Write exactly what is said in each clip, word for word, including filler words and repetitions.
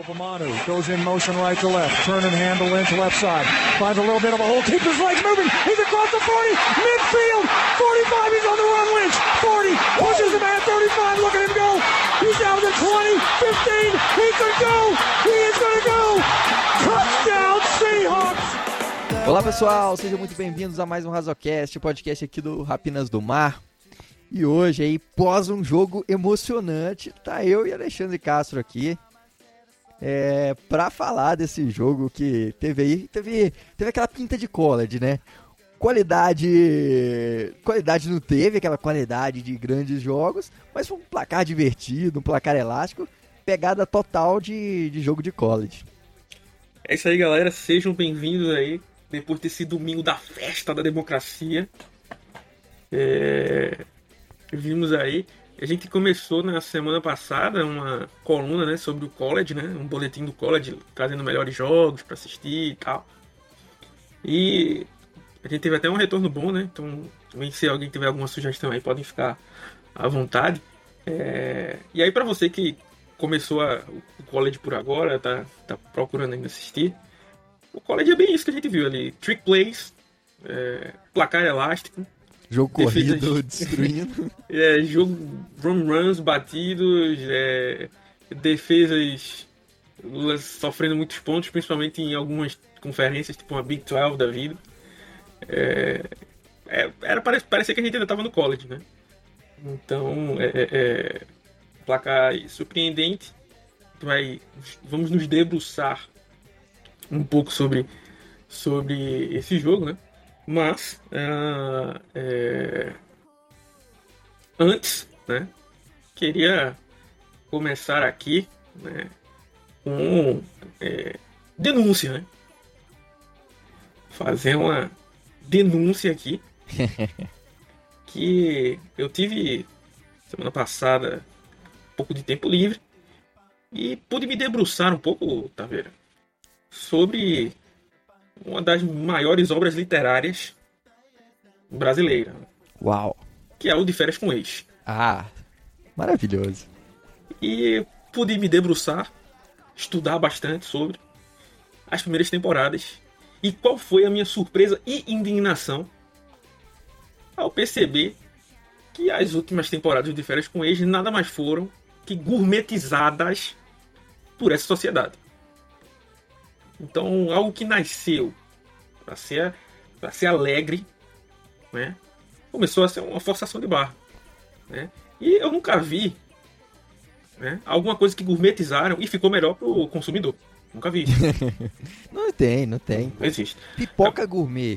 Obamanu goes in motion right to left. Turn and handle into left side. Finds a little bit of a hole. Keeps his legs moving. He's across the forty. Midfield. forty-five. He's on the run. Lynch. forty. Pushes him at thirty-five. Look at him go. He's down to twenty. fifteen. He could go. He is going to go. Touchdown Seahawks. Olá pessoal, sejam muito bem-vindos a mais um Razocast, o podcast aqui do Rapinas do Mar. E hoje aí, pós um jogo emocionante, tá eu e Alexandre Castro aqui é, pra falar desse jogo que teve aí, teve, teve aquela pinta de college, né? Qualidade, qualidade não teve, aquela qualidade de grandes jogos, mas foi um placar divertido, um placar elástico, pegada total de, de jogo de college. É isso aí, galera, sejam bem-vindos aí, depois desse domingo da festa da democracia. É... Vimos aí, a gente começou na semana passada uma coluna, né, sobre o college, né, um boletim do college, trazendo melhores jogos para assistir e tal. E a gente teve até um retorno bom, né, então também se alguém tiver alguma sugestão aí, podem ficar à vontade. É... E aí para você que começou a... o college por agora, tá, tá procurando ainda assistir, o college é bem isso que a gente viu ali, trick plays, é... placar elástico, jogo defesas, corrido, destruindo. É, jogo run runs batidos, é, defesas sofrendo muitos pontos, principalmente em algumas conferências, tipo uma Big doze da vida. É, é, era, parecia que a gente ainda estava no college, né? Então, é, é, é, placar surpreendente. Vai, vamos nos debruçar um pouco sobre, sobre esse jogo, né? Mas, uh, é... antes, né, queria começar aqui, né, com é, denúncia, né? Fazer uma denúncia aqui, que eu tive semana passada um pouco de tempo livre e pude me debruçar um pouco, Taveira, sobre uma das maiores obras literárias brasileiras. Uau! Que é o De Férias com Ex. Ah, maravilhoso. E pude me debruçar, estudar bastante sobre as primeiras temporadas. E qual foi a minha surpresa e indignação ao perceber que as últimas temporadas de De Férias com Ex nada mais foram que gourmetizadas por essa sociedade. Então, algo que nasceu para ser, para ser alegre, né, começou a ser uma forçação de barra. Né? E eu nunca vi, né, alguma coisa que gourmetizaram e ficou melhor para o consumidor. Nunca vi. Não tem, não tem. Não existe. Pipoca gourmet.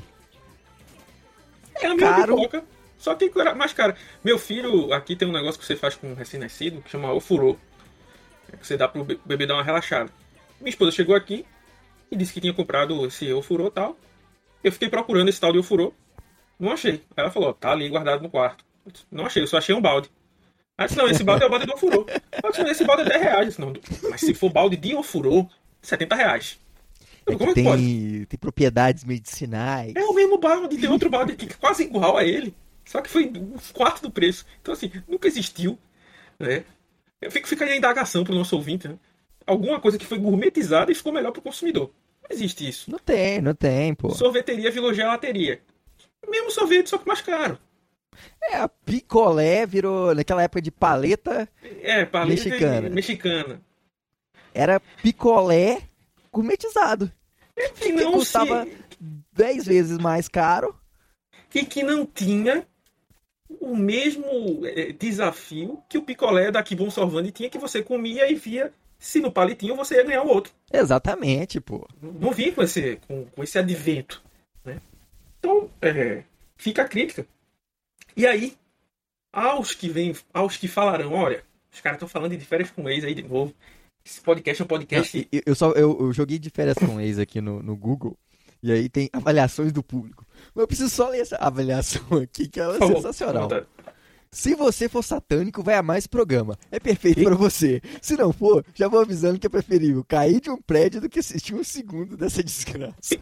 É a mesma Caro. pipoca, só que era mais cara. Meu filho, aqui tem um negócio que você faz com um recém-nascido, que chama ofurô. Que você dá para o bebê dar uma relaxada. Minha esposa chegou aqui e disse que tinha comprado esse ofurô e tal. Eu fiquei procurando esse tal de ofurô. Não achei. Aí ela falou, tá ali guardado no quarto. Eu disse, não achei, eu só achei um balde. Aí eu disse, não, esse balde é o balde do ofurô. Eu disse, esse balde é dez reais. Eu disse, não, mas se for balde de ofurô, setenta reais. Eu, É como que é que pode? tem, tem propriedades medicinais. É o mesmo balde, tem outro balde aqui que é quase igual a ele. Só que foi um quarto do preço. Então assim, nunca existiu. Né? Eu fico, fica aí a indagação pro nosso ouvinte, né? Alguma coisa que foi gourmetizada e ficou melhor pro consumidor. Não existe isso. Não tem, não tem, pô. Sorveteria virou gelateria. Mesmo sorvete, só que mais caro. É, a picolé virou, naquela época de paleta, É, paleta Mexicana. mexicana. era picolé gourmetizado. Que Que não custava se... dez vezes mais caro. E que não tinha o mesmo é, desafio que o picolé da Kibon Sorvani tinha, que você comia e via se no palitinho você ia ganhar o outro. Exatamente, pô. Não vinha com esse, com, com esse advento. Né? Então, é, fica a crítica. E aí, aos que vêm, aos que falarão, olha, os caras estão falando de férias com ex aí de novo. Esse podcast é um podcast. Eu, eu, só, eu, eu joguei de férias com ex aqui no, no Google. E aí tem avaliações do público. Mas eu preciso só ler essa avaliação aqui, que ela é Por favor, sensacional. conta. Se você for satânico, vai amar esse programa. É perfeito pra você. Se não for, já vou avisando que é preferível cair de um prédio do que assistir um segundo dessa desgraça.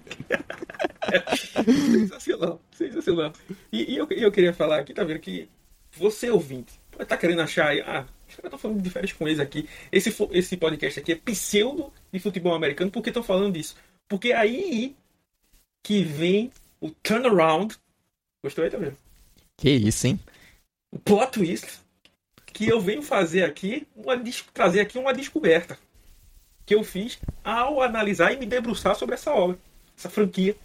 Sensacional, sensacional. E, e eu, eu queria falar aqui, tá vendo, que você ouvinte pode estar querendo achar aí, ah, Os caras estão falando de férias com eles aqui. Esse, esse podcast aqui é pseudo de futebol americano. Por que estão falando disso? Porque aí que vem o turnaround. Gostou aí, tá vendo? Que isso, hein? O plot twist que eu venho fazer aqui, uma, trazer aqui uma descoberta que eu fiz ao analisar e me debruçar sobre essa obra, essa franquia.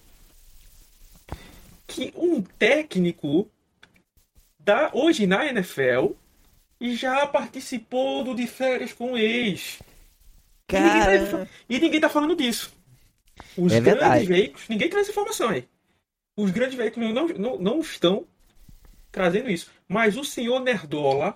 Que um técnico da, hoje na N F L já participou do de férias com o ex. Cara... E, ninguém tá, e ninguém tá falando disso. Os é grandes verdade. veículos, ninguém traz informação aí. Os grandes veículos não, não, não estão trazendo isso. Mas o senhor Nerdola,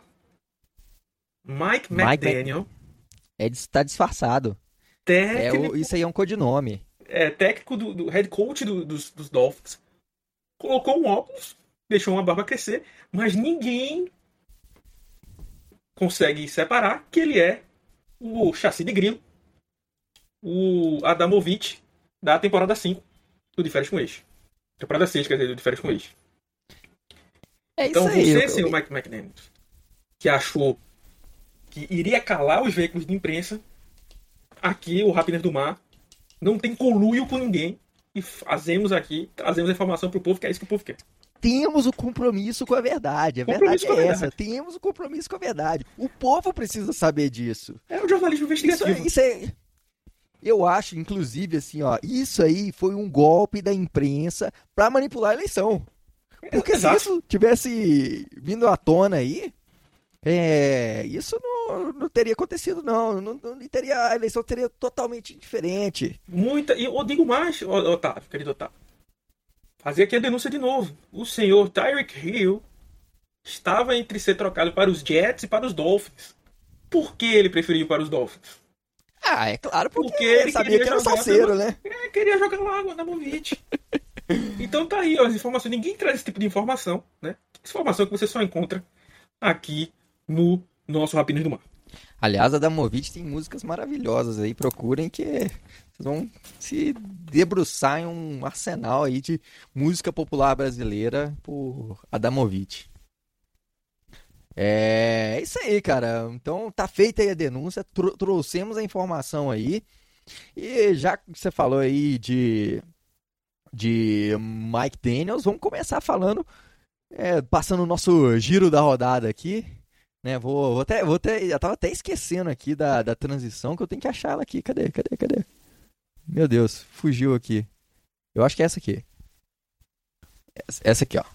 Mike, Mike McDaniel, é, tá disfarçado. técnico, É, o- isso aí é um codinome. é, técnico do, do head coach do- dos, dos Dolphins, colocou um óculos, deixou uma barba crescer, mas ninguém consegue separar que ele é o chassi de grilo, o Adamovich da temporada cinco do De Férias com Ex. Temporada seis, quer dizer, do De Férias com Ex. É Então isso aí. você, eu- senhor Mike McDaniel, que achou que iria calar os veículos de imprensa, aqui o Rapinas do Mar não tem conluio com ninguém e fazemos aqui, trazemos a informação pro povo, que é isso que o povo quer. Temos o compromisso com a verdade. A Compromisso verdade com a é verdade. essa. Temos o compromisso com a verdade. O povo precisa saber disso. É o jornalismo Isso, investigativo. isso é. Eu acho, inclusive, assim, ó, isso aí foi um golpe da imprensa pra manipular a eleição. Porque se Exato. isso tivesse vindo à tona aí, é, isso não, não teria acontecido, não. Não, não teria, a eleição teria totalmente diferente. Muita, e eu digo mais, ó, Otávio, querido Otávio. Fazer aqui a denúncia de novo. O senhor Tyreek Hill estava entre ser trocado para os Jets e para os Dolphins. Por que ele preferiu ir para os Dolphins? Ah, é claro, porque, Porque ele ele sabia queria que era um jogar salseiro, pelo- né? É, queria jogar lá o Adamovich. Então tá aí, ó, as informações. Ninguém traz esse tipo de informação, né? Essa informação que você só encontra aqui no nosso Rapinas do Mar. Aliás, a Adamovich tem músicas maravilhosas aí, procurem que vocês vão se debruçar em um arsenal aí de música popular brasileira por Adamovich. É isso aí, cara. Então tá feita aí a denúncia, tro- trouxemos a informação aí. E já que você falou aí de, de Mike Daniels, vamos começar falando, é, passando o nosso giro da rodada aqui. Né, vou, vou até, vou até, eu tava até esquecendo aqui da, da transição, que eu tenho que achar ela aqui. Cadê, cadê, cadê? Meu Deus, fugiu aqui. Eu acho que é essa aqui. Essa, essa aqui, ó.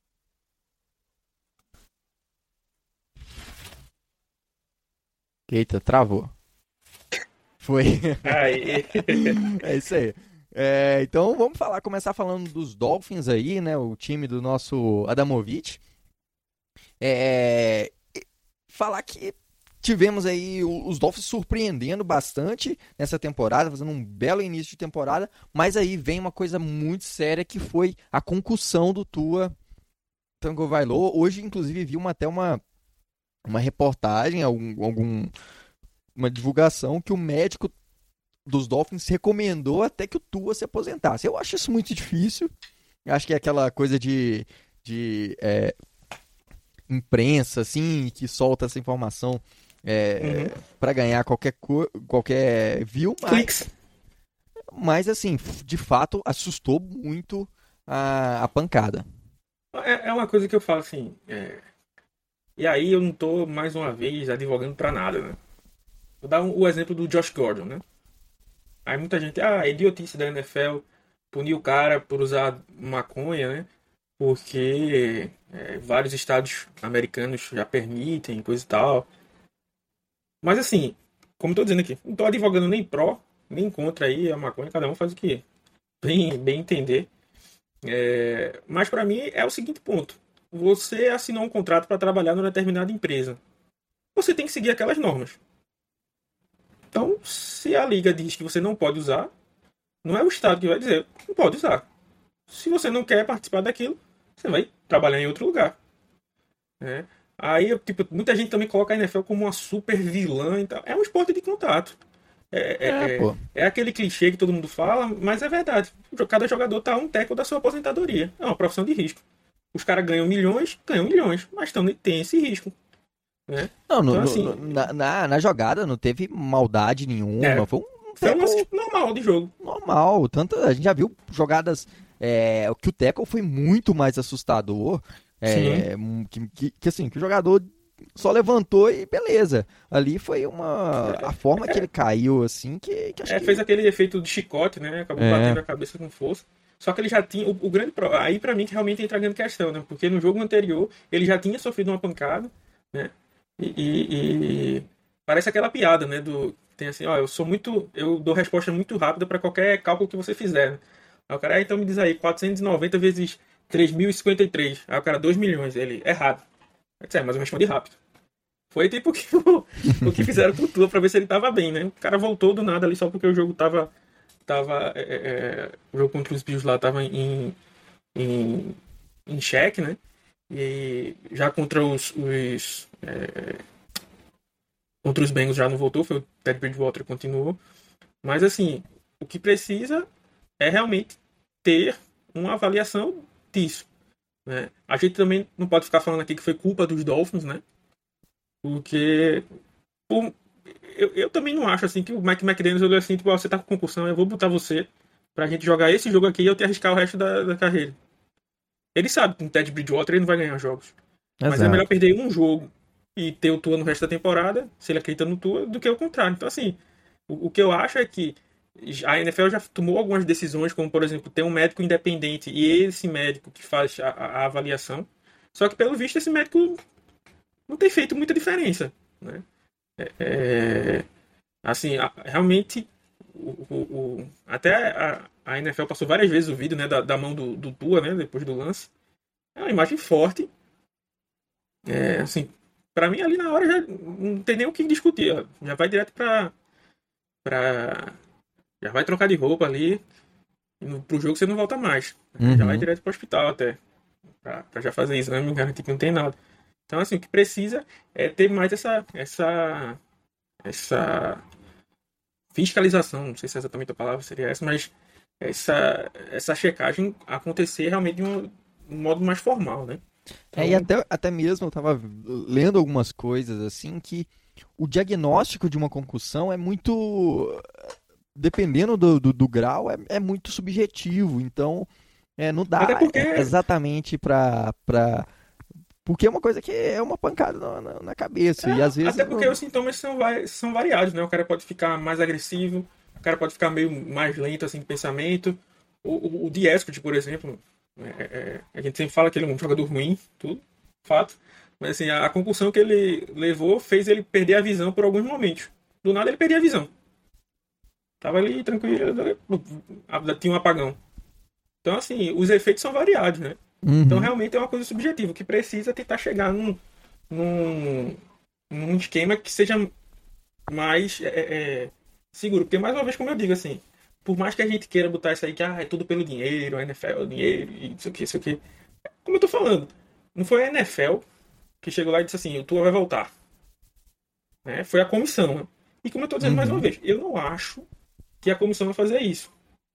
Eita, travou. Foi. Aí, É isso aí. É, então vamos falar, começar falando dos Dolphins aí, né? O time do nosso Adamovich. É, falar que tivemos aí o- os Dolphins surpreendendo bastante nessa temporada, fazendo um belo início de temporada, mas aí vem uma coisa muito séria que foi a concussão do Tua Tagovailoa. Hoje, inclusive, vi uma, até uma, uma reportagem, algum, algum- uma divulgação que o médico dos Dolphins recomendou até que o Tua se aposentasse. Eu acho isso muito difícil. Eu acho que é aquela coisa de, de é, imprensa, assim, que solta essa informação é, para ganhar qualquer, co- qualquer view, mas, cliques. mas, assim, de fato, assustou muito a, a pancada. É, é uma coisa que eu falo assim. é, E aí eu não tô, mais uma vez, advogando pra nada, né? Vou dar um- o exemplo do Josh Gordon, né? Aí muita gente, ah, idiotice da N F L, punir o cara por usar maconha, né? Porque é, vários estados americanos já permitem, coisa e tal. Mas assim, como eu tô dizendo aqui, não tô advogando nem pró, nem contra aí a maconha, cada um faz o que bem, bem entender. É, mas pra mim é o seguinte ponto. Você assinou um contrato para trabalhar numa determinada empresa. Você tem que seguir aquelas normas. Então, se a liga diz que você não pode usar, não é o Estado que vai dizer, não pode usar. Se você não quer participar daquilo, você vai trabalhar em outro lugar. Né? Aí, tipo, muita gente também coloca a N F L como uma super vilã e tal. É um esporte de contato. É, é, É, é- pô. é aquele clichê que todo mundo fala, mas é verdade. Cada jogador tá a um teco da sua aposentadoria. É uma profissão de risco. Os caras ganham milhões, ganham milhões, mas também tem esse risco. né? Não, no- Então, no- assim, no- na, na, na jogada não teve maldade nenhuma. É, Foi um foi um tackle lance normal de jogo. normal. Tanto a gente já viu jogadas é, que o tackle foi muito mais assustador. É, um, que, que, que, assim, que o jogador só levantou e beleza. Ali foi uma. A forma que ele caiu, assim, que, que acho É, que. fez aquele efeito de chicote, né? Acabou É. batendo a cabeça com força. Só que ele já tinha. O, o grande pro- Aí pra mim que realmente entra a grande questão, né? Porque no jogo anterior ele já tinha sofrido uma pancada, né? E, e- e parece aquela piada, né? Do, tem assim, ó, eu sou muito. Eu dou resposta muito rápida pra qualquer cálculo que você fizer, né? Aí o cara, ah, então me diz aí, quatrocentos e noventa vezes três mil e cinquenta e três. Aí o cara, dois milhões. Ele, errado. Eu disse, é, mas eu respondi rápido. Foi tipo que o, o que fizeram com o Tua pra ver se ele tava bem, né? O cara voltou do nada ali só porque o jogo tava. tava é, é, o jogo contra os Bills lá tava em, em, em xeque, né? E já contra os. os é, contra os Bengals já não voltou, foi o Ted Bridgewater que continuou. Mas assim, o que precisa é realmente ter uma avaliação disso, né? A gente também não pode ficar falando aqui que foi culpa dos Dolphins, né? Porque por- eu, eu também não acho assim que o Mike McDaniels olhou assim, tipo, ó, você tá com concussão, eu vou botar você pra gente jogar esse jogo aqui e eu te arriscar o resto da, da carreira. Ele sabe que com o Ted Bridgewater ele não vai ganhar jogos. Mas é Exato. melhor perder um jogo e ter o Tua no resto da temporada, se ele acredita no Tua, do que o contrário. Então, assim, o, o que eu acho é que a N F L já tomou algumas decisões, como, por exemplo, ter um médico independente e esse médico que faz a, a- a avaliação. Só que, pelo visto, esse médico não tem feito muita diferença, né? É, é, assim, a- realmente, o, o- o- até a, a N F L passou várias vezes o vídeo, né, da, da mão do, do Tua, né, depois do lance. É uma imagem forte. É, assim, pra mim ali na hora já não tem nem o que discutir. Ó. Já vai direto pra, pra. Já vai trocar de roupa ali. E no, pro jogo você não volta mais. Uhum. Já vai direto pro hospital até. Pra, pra já fazer exame, garantir que não tem nada. Então, assim, o que precisa é ter mais essa. essa. essa fiscalização. Não sei se exatamente a palavra seria essa, mas essa, essa checagem acontecer realmente de um, um modo mais formal, né? É, e até, até mesmo eu tava lendo algumas coisas assim que o diagnóstico de uma concussão é muito. Dependendo do, do, do grau, é, é muito subjetivo. Então, é, não dá Até porque- é, exatamente pra, pra. Porque é uma coisa que é uma pancada na, na, na cabeça. e às vezes. Até porque não- os sintomas são, va- são variados, né? O cara pode ficar mais agressivo, o cara pode ficar meio mais lento assim de pensamento. O, o, o Dieskut, por exemplo, é- é- a gente sempre fala que ele é um jogador ruim, tudo, fato. Mas assim, a, a concussão que ele levou fez ele perder a visão por alguns momentos. Do nada ele perdia a visão. Tava ali tranquilo, tinha um apagão. Então, assim, os efeitos são variados, né? Uhum. Então, realmente é uma coisa subjetiva, que precisa tentar chegar num, num, num esquema que seja mais é, é, seguro. Porque, mais uma vez, como eu digo, assim, por mais que a gente queira botar isso aí, que ah, é tudo pelo dinheiro, a N F L é o dinheiro, e isso aqui, isso aqui. Como eu tô falando, não foi a N F L que chegou lá e disse assim, o Tua vai voltar. Né? Foi a comissão. Né? E como eu tô dizendo mais uma vez, eu não acho que a comissão vai fazer isso.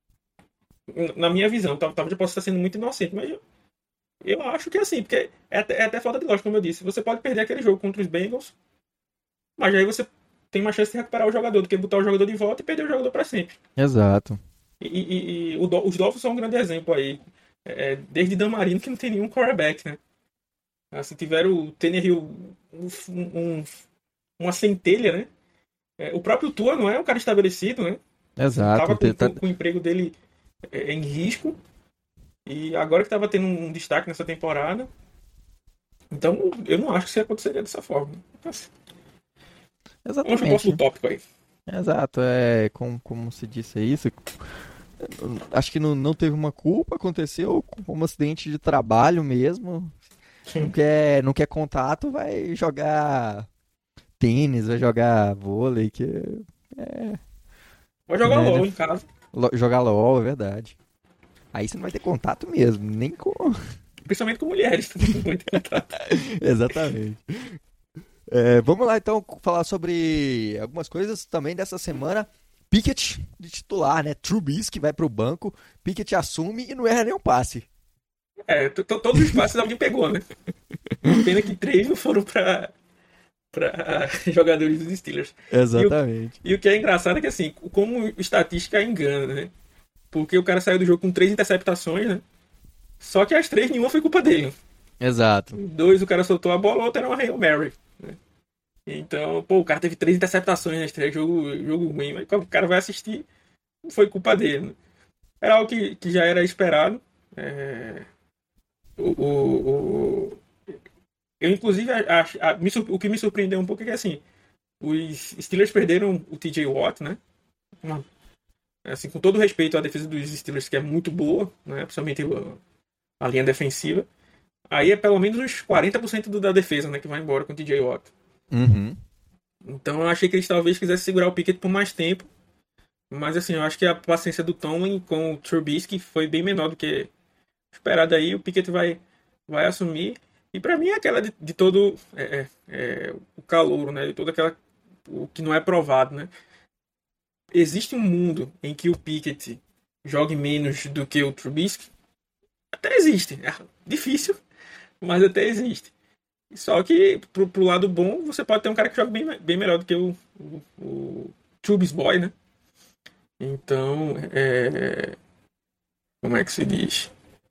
Na minha visão, talvez eu possa estar sendo muito inocente, mas eu, eu acho que é assim, porque é até, é até falta de lógica, como eu disse. Você pode perder aquele jogo contra os Bengals, mas aí você tem uma chance de recuperar o jogador do que botar o jogador de volta e perder o jogador para sempre. Exato. E, e- e o Do- os Dolphins são um grande exemplo aí. É, desde Dan Marino que não tem nenhum quarterback, né? Assim, tiveram o Tannehill um, um, uma centelha, né? É, o próprio Tua não é um cara estabelecido, né? Exato. Tava com, Tá- com- com o emprego dele é, em risco. E agora que tava tendo um destaque nessa temporada. Então, eu não acho que isso aconteceria dessa forma. Assim, vamos pro Exatamente. próximo tópico aí. Exato, é como, como se disse isso. Acho que não, não teve uma culpa, aconteceu como um acidente de trabalho mesmo. Não quer, não quer contato, vai jogar tênis, vai jogar vôlei, que Vou jogar Né, LOL né? em casa. lo- jogar LOL, é verdade. Aí você não vai ter contato mesmo, nem com. Principalmente com mulheres. Muito contato. Exatamente. É, vamos lá então falar sobre algumas coisas também dessa semana. Pickett de titular, né? Trubisky vai pro banco, Pickett assume e não erra nenhum passe. É, t- t- todos os passes alguém pegou, né? Pena que três não foram pra, para jogadores dos Steelers. Exatamente. E o, e o que é engraçado é que, assim, como estatística engana, né? Porque o cara saiu do jogo com três interceptações, né? Só que as três, nenhuma foi culpa dele. Exato. Dois, o cara soltou a bola, outra era uma Hail Mary. Né? Então, pô, o cara teve três interceptações nas três, jogo, jogo ruim, mas o cara vai assistir, não foi culpa dele. Né? Era algo que, que já era esperado. É... O, o, o... Eu, inclusive, acho, a, me, o que me surpreendeu um pouco é que, assim, os Steelers perderam o T J Watt, né? Uma, assim, com todo respeito à defesa dos Steelers, que é muito boa, né? Principalmente a, a linha defensiva. Aí é pelo menos uns quarenta por cento do, da defesa, né? Que vai embora com o T J Watt. Uhum. Então eu achei que eles talvez quisessem segurar o Pickett por mais tempo. Mas, assim, eu acho que a paciência do Tomlin com o Trubisky foi bem menor do que esperado aí. O Pickett vai, vai assumir. E pra mim é aquela de, de todo é, é, é, o calouro, né? De toda aquela... O que não é provado, né? Existe um mundo em que o Pickett jogue menos do que o Trubisky? Até existe. É difícil, mas até existe. Só que, pro, pro lado bom, você pode ter um cara que joga bem, bem melhor do que o, o, o Trubis Boy, né? Então, é... como é que se diz?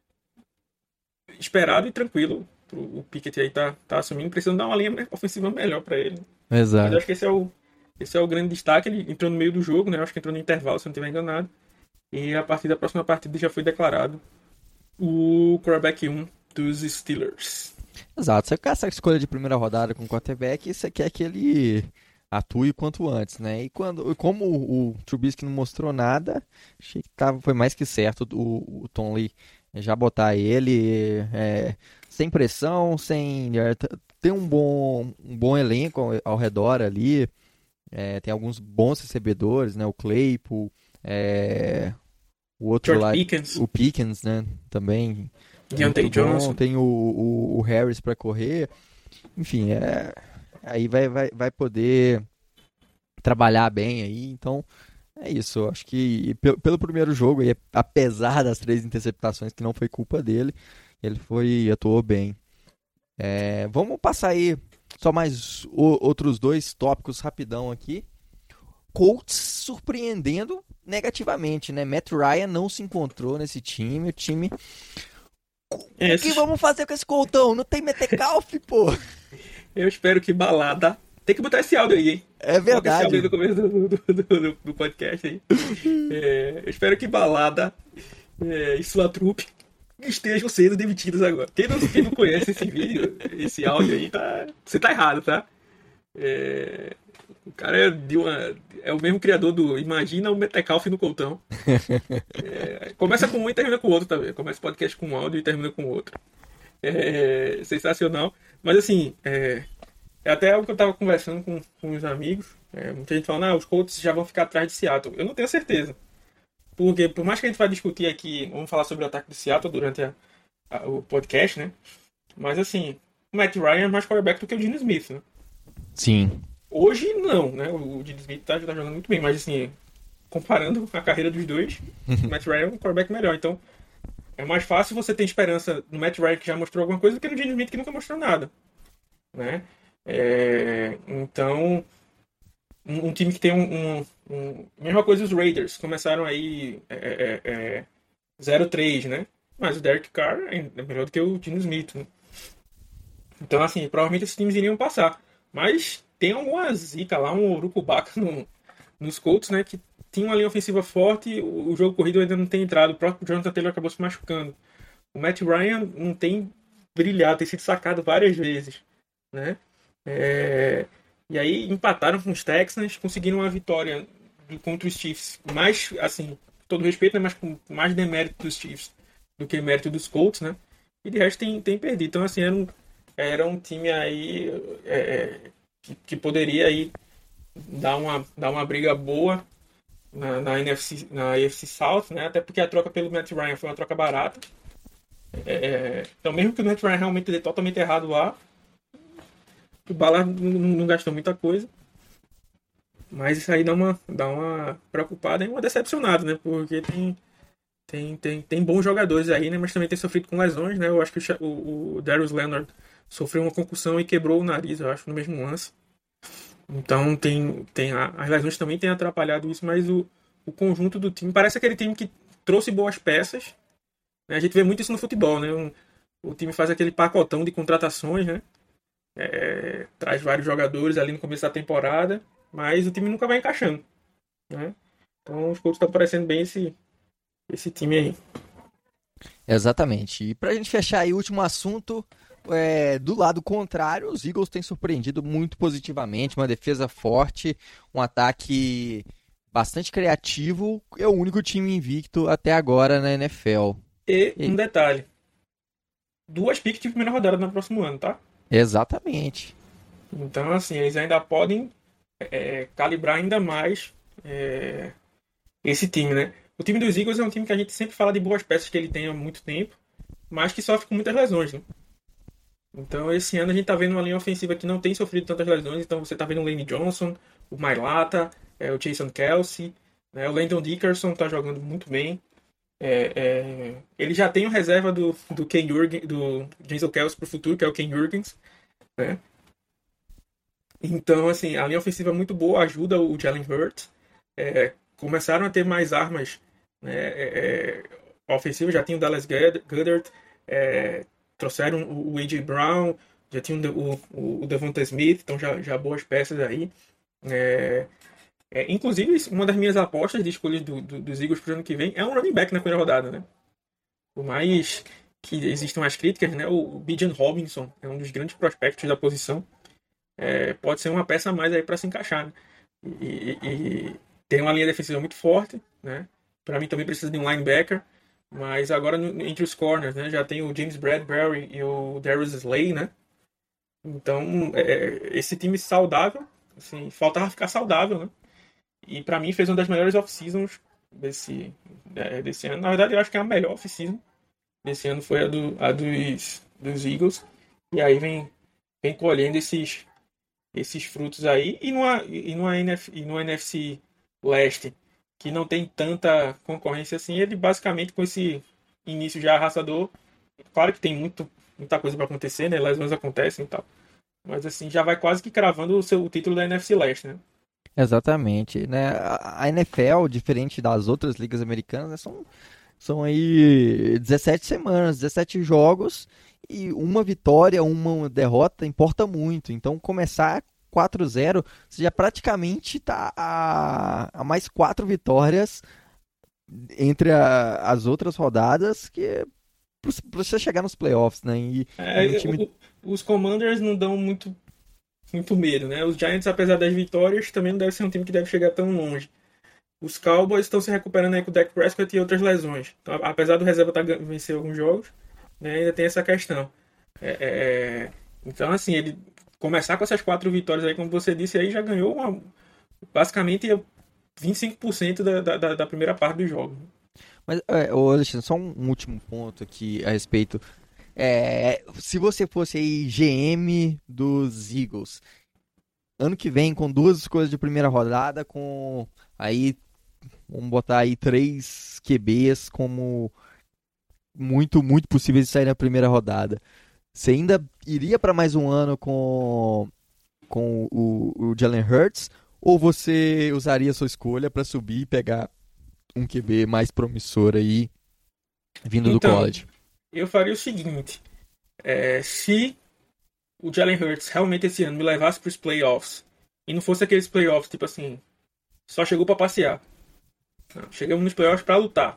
Esperado e tranquilo. O Pickett aí tá, tá assumindo, precisando dar uma linha ofensiva melhor pra ele. Exato. Mas eu acho que esse é o, esse é o grande destaque. Ele entrou no meio do jogo, né? Eu acho que entrou no intervalo, se eu não estiver enganado. E a partir da próxima partida já foi declarado o quarterback um dos Steelers. Exato. Você quer essa escolha de primeira rodada com o quarterback, você quer que ele atue quanto antes, né? E quando, como o, o Trubisky não mostrou nada, achei que tava, foi mais que certo o, o Tomlin já botar ele é, sem pressão, sem é, tem um bom, um bom elenco ao, ao redor ali, é, tem alguns bons recebedores, né? O Claypool, é, o outro George lá, Pickens. o Pickens, né? Também. Deontay Johnson. Tem o, o, o Harris para correr. Enfim, é, aí vai, vai, vai poder trabalhar bem aí. Então, é isso. Eu acho que pelo, pelo primeiro jogo, aí, apesar das três interceptações, que não foi culpa dele, ele foi atuou bem. É, vamos passar aí só mais o, outros dois tópicos rapidão aqui. Colts surpreendendo negativamente, né? Matt Ryan não se encontrou nesse time. O time... É, o que vamos fazer com esse Coltão? Não tem Metcalf, pô? Eu espero que balada... Tem que botar esse áudio aí, hein? É verdade. Esse áudio aí no começo do, do, do, do podcast aí. É, eu espero que balada é, e sua trupe estejam sendo demitidos agora. Quem não, quem não conhece esse vídeo, esse áudio aí, tá, você tá errado, tá? É, o cara é, de uma, é o mesmo criador do Imagina o Metcalf no Coltão. É, começa com um e termina com o outro também. Começa o podcast com um áudio e termina com o outro. É, sensacional. Mas assim, é, é até algo que eu tava conversando com, com os amigos. É, muita gente falando, ah, os Colts já vão ficar atrás de Seattle. Eu não tenho certeza. Porque por mais que a gente vá discutir aqui, vamos falar sobre o ataque de Seattle durante a, a, o podcast, né? Mas assim, o Matt Ryan é mais quarterback do que o Geno Smith, né? Sim. Hoje não, né? O Geno Smith tá, tá jogando muito bem, mas assim, comparando a carreira dos dois, o Matt Ryan é um quarterback melhor. Então, é mais fácil você ter esperança no Matt Ryan que já mostrou alguma coisa do que no Geno Smith que nunca mostrou nada, né? É, então, um, um time que tem um, um, um... Mesma coisa os Raiders, começaram aí é, é, é, zero três, né? Mas o Derek Carr é melhor do que o Geno Smith, né? Então, assim, provavelmente esses times iriam passar. Mas tem alguma zica lá, um urucubaca no, nos Colts, né? Que tinha uma linha ofensiva forte, o, o jogo corrido ainda não tem entrado. O próprio Jonathan Taylor acabou se machucando. O Matt Ryan não tem brilhado, tem sido sacado várias vezes, né? É, e aí empataram com os Texans, conseguiram uma vitória contra os Chiefs. Mais, assim, todo respeito, né? Mas com mais demérito dos Chiefs do que mérito dos Colts, né? E de resto tem, tem perdido. Então, assim, era um, era um time aí é, que, que poderia aí dar uma, dar uma briga boa na, na, N F C, na A F C South, né? Até porque a troca pelo Matt Ryan foi uma troca barata. É, então, mesmo que o Matt Ryan realmente dê totalmente errado lá, o Ballard não, não gastou muita coisa. Mas isso aí dá uma, dá uma preocupada e uma decepcionada, né? Porque tem, tem, tem, tem bons jogadores aí, né? Mas também tem sofrido com lesões, né? Eu acho que o, o, o Darius Leonard sofreu uma concussão e quebrou o nariz, eu acho, no mesmo lance. Então tem, tem a- as lesões também têm atrapalhado isso, mas o, o conjunto do time parece aquele time que trouxe boas peças, né? A gente vê muito isso no futebol, né? Um- o time faz aquele pacotão de contratações, né? É, traz vários jogadores ali no começo da temporada, mas o time nunca vai encaixando, né? Então os Colts estão parecendo bem esse, esse time aí. Exatamente. E pra gente fechar aí o último assunto, é, do lado contrário, os Eagles têm surpreendido muito positivamente, uma defesa forte, um ataque bastante criativo, é o único time invicto até agora na N F L. E um E- detalhe: duas picks de primeira rodada no próximo ano, tá? exatamente. Então, assim, eles ainda podem é, calibrar ainda mais é, esse time, né? O time dos Eagles é um time que a gente sempre fala de boas peças que ele tem há muito tempo, mas que sofre com muitas lesões, né? Então, esse ano a gente tá vendo uma linha ofensiva que não tem sofrido tantas lesões. Então, você tá vendo o Lane Johnson, o Mailata, é, o Jason Kelsey, né? O Landon Dickerson tá jogando muito bem. É, é, ele já tem o reserva do, do Ken Jurgens, do Jason Kelsey pro futuro, que é o Ken Jurgens, né? Então, assim, a linha ofensiva é muito boa, ajuda o Jalen Hurts. É, começaram a ter mais armas, né, é, é, ofensivas, já tinha o Dallas Goedert, é, trouxeram o, o A J Brown, já tinha o, o, o Devonta Smith, então já, já boas peças aí. É, é, inclusive, uma das minhas apostas de escolhas do, do, dos Eagles para o ano que vem é um running back na primeira rodada, né? Por mais que existam as críticas, né, o, o Bijan Robinson é um dos grandes prospectos da posição. É, pode ser uma peça a mais aí para se encaixar, né? E, e, e tem uma linha defensiva muito forte, né? Para mim também precisa de um linebacker, mas agora no, entre os corners, né? Já tem o James Bradbury e o Darius Slay, né? Então, é, esse time saudável, assim, faltava ficar saudável, né? E para mim fez uma das melhores off-seasons desse, é, desse ano. Na verdade, eu acho que é a melhor off-season desse ano foi a, do, a dos, dos Eagles. E aí vem, vem colhendo esses esses frutos aí e numa, e numa, N F, e numa N F C Leste que não tem tanta concorrência assim, ele basicamente com esse início já arrasador, claro que tem muito, muita coisa para acontecer, né? Lesões acontecem e tal, mas assim já vai quase que cravando o seu o título da N F C Leste, né? Exatamente, né? A a N F L, diferente das outras ligas americanas, né, são, são aí dezessete semanas, dezessete jogos e uma vitória, uma derrota importa muito. Então, começar quatro a zero, você já praticamente está a, a mais quatro vitórias entre a- as outras rodadas, que é para você chegar nos playoffs, né? E, e um É, time. o- os Commanders não dão muito, muito medo, né? Os Giants, apesar das vitórias, também não deve ser um time que deve chegar tão longe. Os Cowboys estão se recuperando aí com o Dak Prescott e outras lesões. Então, apesar do reserva estar vencer alguns jogos, né, ainda tem essa questão. É, é, é, então, assim, ele começar com essas quatro vitórias aí, como você disse, aí já ganhou uma, basicamente vinte e cinco por cento da, da, da da primeira parte do jogo. Mas, é, ô, Alexandre, só um um último ponto aqui a respeito. É, se você fosse aí G M dos Eagles, ano que vem com duas escolhas de primeira rodada, com aí, vamos botar aí três Q Bs como muito, muito possíveis de sair na primeira rodada. Você ainda iria para mais um ano com, com o, o Jalen Hurts, ou você usaria a sua escolha para subir e pegar um Q B mais promissor aí, vindo do Então, college? eu faria o seguinte: é, se o Jalen Hurts realmente esse ano me levasse para os playoffs e não fosse aqueles playoffs tipo assim, só chegou para passear. Não, chegamos nos playoffs para lutar.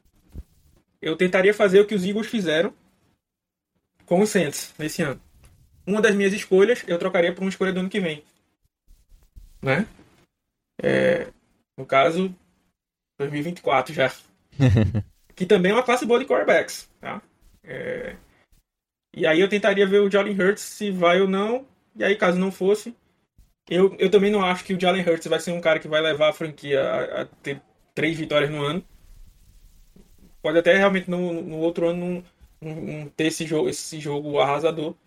Eu tentaria fazer o que os Eagles fizeram com os Saints nesse ano. Uma das minhas escolhas eu trocaria por uma escolha do ano que vem, né? É, no caso, dois mil e vinte e quatro já. Que também é uma classe boa de quarterbacks, tá? É, e aí eu tentaria ver o Jalen Hurts se vai ou não. E aí, caso não fosse, eu, eu também não acho que o Jalen Hurts vai ser um cara que vai levar a franquia a, a ter três vitórias no ano. Pode até realmente no, no outro ano não, não- não ter esse jogo, esse jogo arrasador.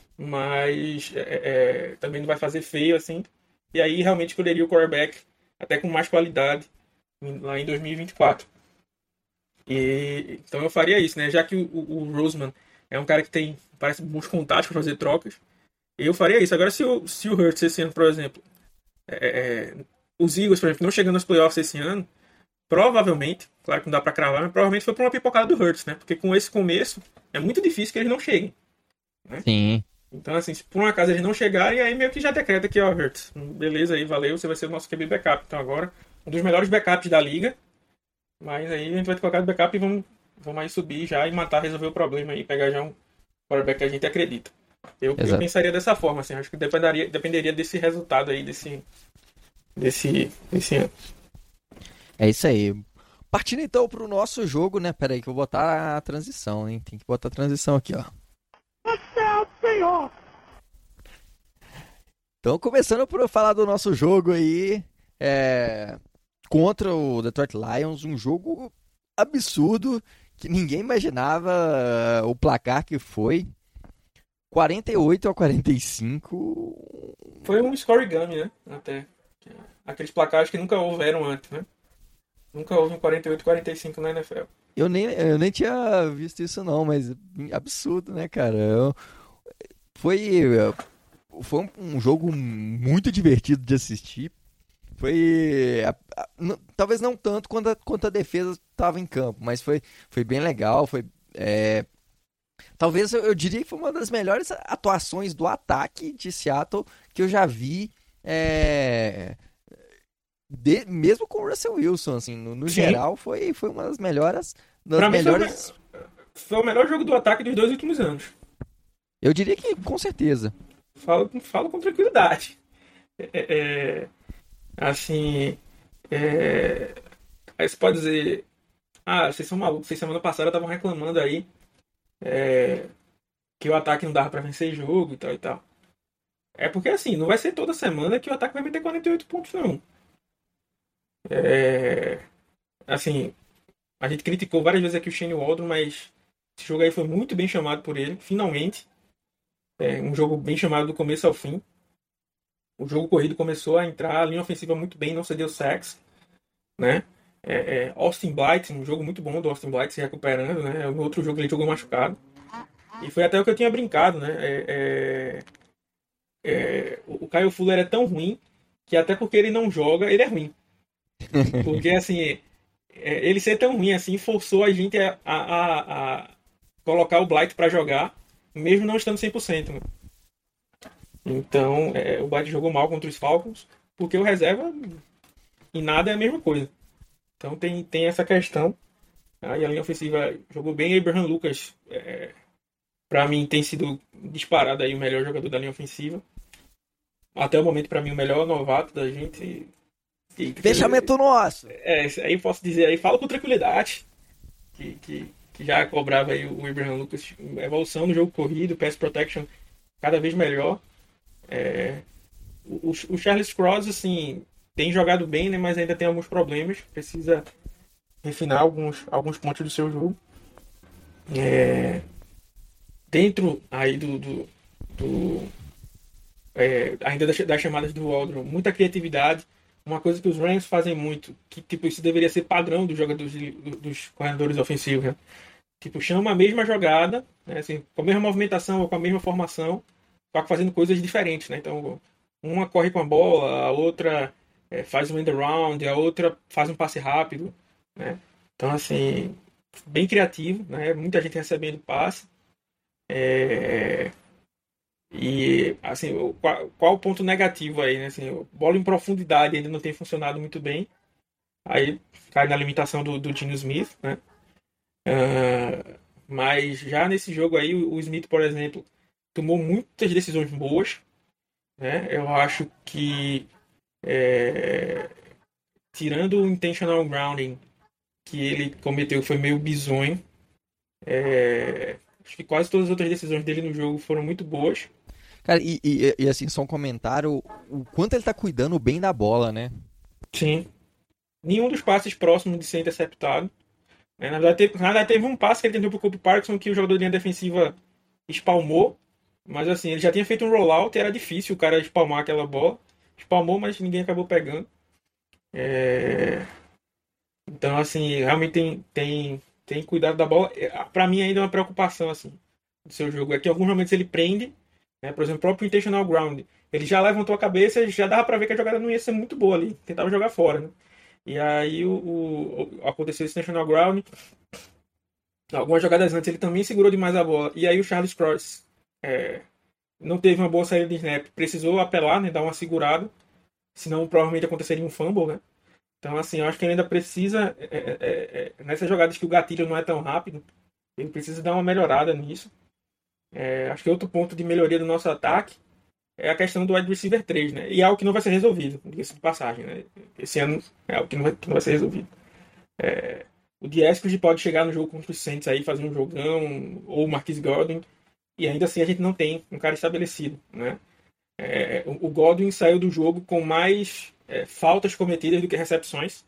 Mas é, é, também não vai fazer feio assim. E aí realmente escolheria o quarterback até com mais qualidade em- lá em dois mil e vinte e quatro. E, então eu faria isso, né? Já que o, o, o Roseman é um cara que tem, parece, bons contatos para fazer trocas, eu faria isso. Agora, se o, se o Hurts esse ano, por exemplo, é, é, os Eagles, por exemplo, não chegando aos playoffs esse ano, provavelmente, claro que não dá pra cravar, mas provavelmente foi por uma pipocada do Hurts, né? Porque com esse começo é muito difícil que eles não cheguem, né? Sim. Então, assim, se por um acaso eles não chegarem, aí meio que já decreta que, ó, Hurts, beleza aí, valeu, você vai ser o nosso Q B backup. Então agora, um dos melhores backups da liga, mas aí a gente vai te colocar de backup e vamos, vamos aí subir já e matar, resolver o problema aí, pegar já um quarterback que a gente acredita. Eu, eu pensaria dessa forma, assim, acho que dependeria, dependeria desse resultado aí, desse, desse, desse ano. É isso aí. Partindo então pro nosso jogo, né? Pera aí que eu vou botar a transição, hein? Tem que botar a transição aqui, ó. Então, começando por falar do nosso jogo aí, é... contra o Detroit Lions, um jogo absurdo que ninguém imaginava o placar que foi. quarenta e oito a quarenta e cinco. Foi um scorigami, né? Até. Aqueles placares que nunca houveram antes, né? Nunca houve um quarenta e oito a quarenta e cinco na N F L. Eu nem, eu nem tinha visto isso não, mas absurdo, né, cara? Eu, foi, foi um jogo muito divertido de assistir. Foi, a, a, n- talvez não tanto quanto a, quanto a defesa estava em campo, mas foi, foi bem legal. Foi, é, talvez eu, eu diria que foi uma das melhores atuações do ataque de Seattle que eu já vi. É, de- mesmo com o Russell Wilson, assim, no, no Sim. geral, foi, foi uma das melhores, das Pra mim foi o, melhores. me- foi o melhor jogo do ataque dos dois últimos anos. Eu diria que com certeza. Falo, falo com tranquilidade. É, é, assim. É, aí você pode dizer. Ah, vocês são malucos. Vocês semana passada estavam reclamando aí é, que o ataque não dava pra vencer jogo e tal e tal. É porque assim, não vai ser toda semana que o ataque vai meter quarenta e oito pontos, não. É, assim, a gente criticou várias vezes aqui o Shane Waldron, mas esse jogo aí foi muito bem chamado por ele, finalmente. É um jogo bem chamado do começo ao fim. O jogo corrido começou a entrar, a linha ofensiva muito bem, não cedeu sacks, né? É, é, Austin Blythe, um jogo muito bom do Austin Blythe se recuperando, né? No outro jogo ele jogou machucado. E foi até o que eu tinha brincado, né? É, é, é, o Kyle Fuller é tão ruim que até porque ele não joga, ele é ruim. Porque assim, é, ele ser tão ruim assim forçou a gente a, a, a- a colocar o Blythe para jogar, mesmo não estando cem por cento, né? Então, é, o Blythe jogou mal contra os Falcons, porque o reserva em nada é a mesma coisa. Então tem, tem essa questão. Aí a linha ofensiva jogou bem. Abraham Lucas, é, para mim, tem sido disparado aí o melhor jogador da linha ofensiva. Até o momento, para mim, o melhor novato da gente. E, Fechamento nosso! É, isso aí posso dizer aí, falo com tranquilidade. Que, que, que já cobrava aí o Abraham Lucas. Evolução no jogo corrido, pass protection cada vez melhor. É, o, o Charles Cross, assim, tem jogado bem, né? Mas ainda tem alguns problemas. Precisa refinar alguns, alguns pontos do seu jogo. É, dentro aí do, do, do é, ainda das, das chamadas do Waldron, muita criatividade. Uma coisa que os Rams fazem muito, que tipo isso deveria ser padrão dos jogadores, de- do- dos corredores ofensivos, né? Tipo, chama a mesma jogada, né? Assim, com a mesma movimentação ou com a mesma formação, só que fazendo coisas diferentes, né? Então, uma corre com a bola, a outra é, faz um end around, a outra faz um passe rápido, né? Então, assim, bem criativo, né? Muita gente recebendo passe. É, e, assim, o- qual, qual o ponto negativo aí, né? Assim, o bola em profundidade ainda não tem funcionado muito bem. Aí cai na limitação do, do Geno Smith, né? Ah, mas já nesse jogo aí, o o Smith, por exemplo, tomou muitas decisões boas, né? Eu acho que é, tirando o intentional grounding que ele cometeu, que foi meio bizonho. É, acho que quase todas as outras decisões dele no jogo foram muito boas. Cara, e, e- e, assim, só um comentário, o quanto ele tá cuidando bem da bola, né? Sim. Nenhum dos passes próximos de ser interceptado. Né? Na verdade, teve, na verdade, teve um passe que ele tentou pro Kobe Parkinson que o jogador de linha defensiva espalmou. Mas assim, ele já tinha feito um rollout e era difícil o cara espalmar aquela bola. Espalmou, mas ninguém acabou pegando. É, então, assim, realmente tem, tem, tem cuidado da bola. É, pra mim ainda é uma preocupação, assim, do seu jogo. É que em alguns momentos ele prende, É, por exemplo, o próprio intentional ground. Ele já levantou a cabeça e já dava pra ver que a jogada não ia ser muito boa ali. Tentava jogar fora, né? E aí o, o, o- aconteceu esse intentional ground. Algumas jogadas antes ele também segurou demais a bola. E aí o Charles Cross é, não teve uma boa saída de snap. Precisou apelar, né? Dar uma segurada. Senão provavelmente aconteceria um fumble, né? Então, assim, eu acho que ele ainda precisa, é, é, é, é, nessas jogadas que o gatilho não é tão rápido, ele precisa dar uma melhorada nisso. É, acho que outro ponto de melhoria do nosso ataque é a questão do wide receiver três, né? E é algo que não vai ser resolvido, diga-se de passagem, né? Esse ano é algo que não vai, que não vai ser resolvido. É, o Dieskins pode chegar no jogo contra os Saints aí, fazer um jogão, ou o Marquise Godwin, e ainda assim a gente não tem um cara estabelecido, né? É, o Godwin saiu do jogo com mais é, faltas cometidas do que recepções.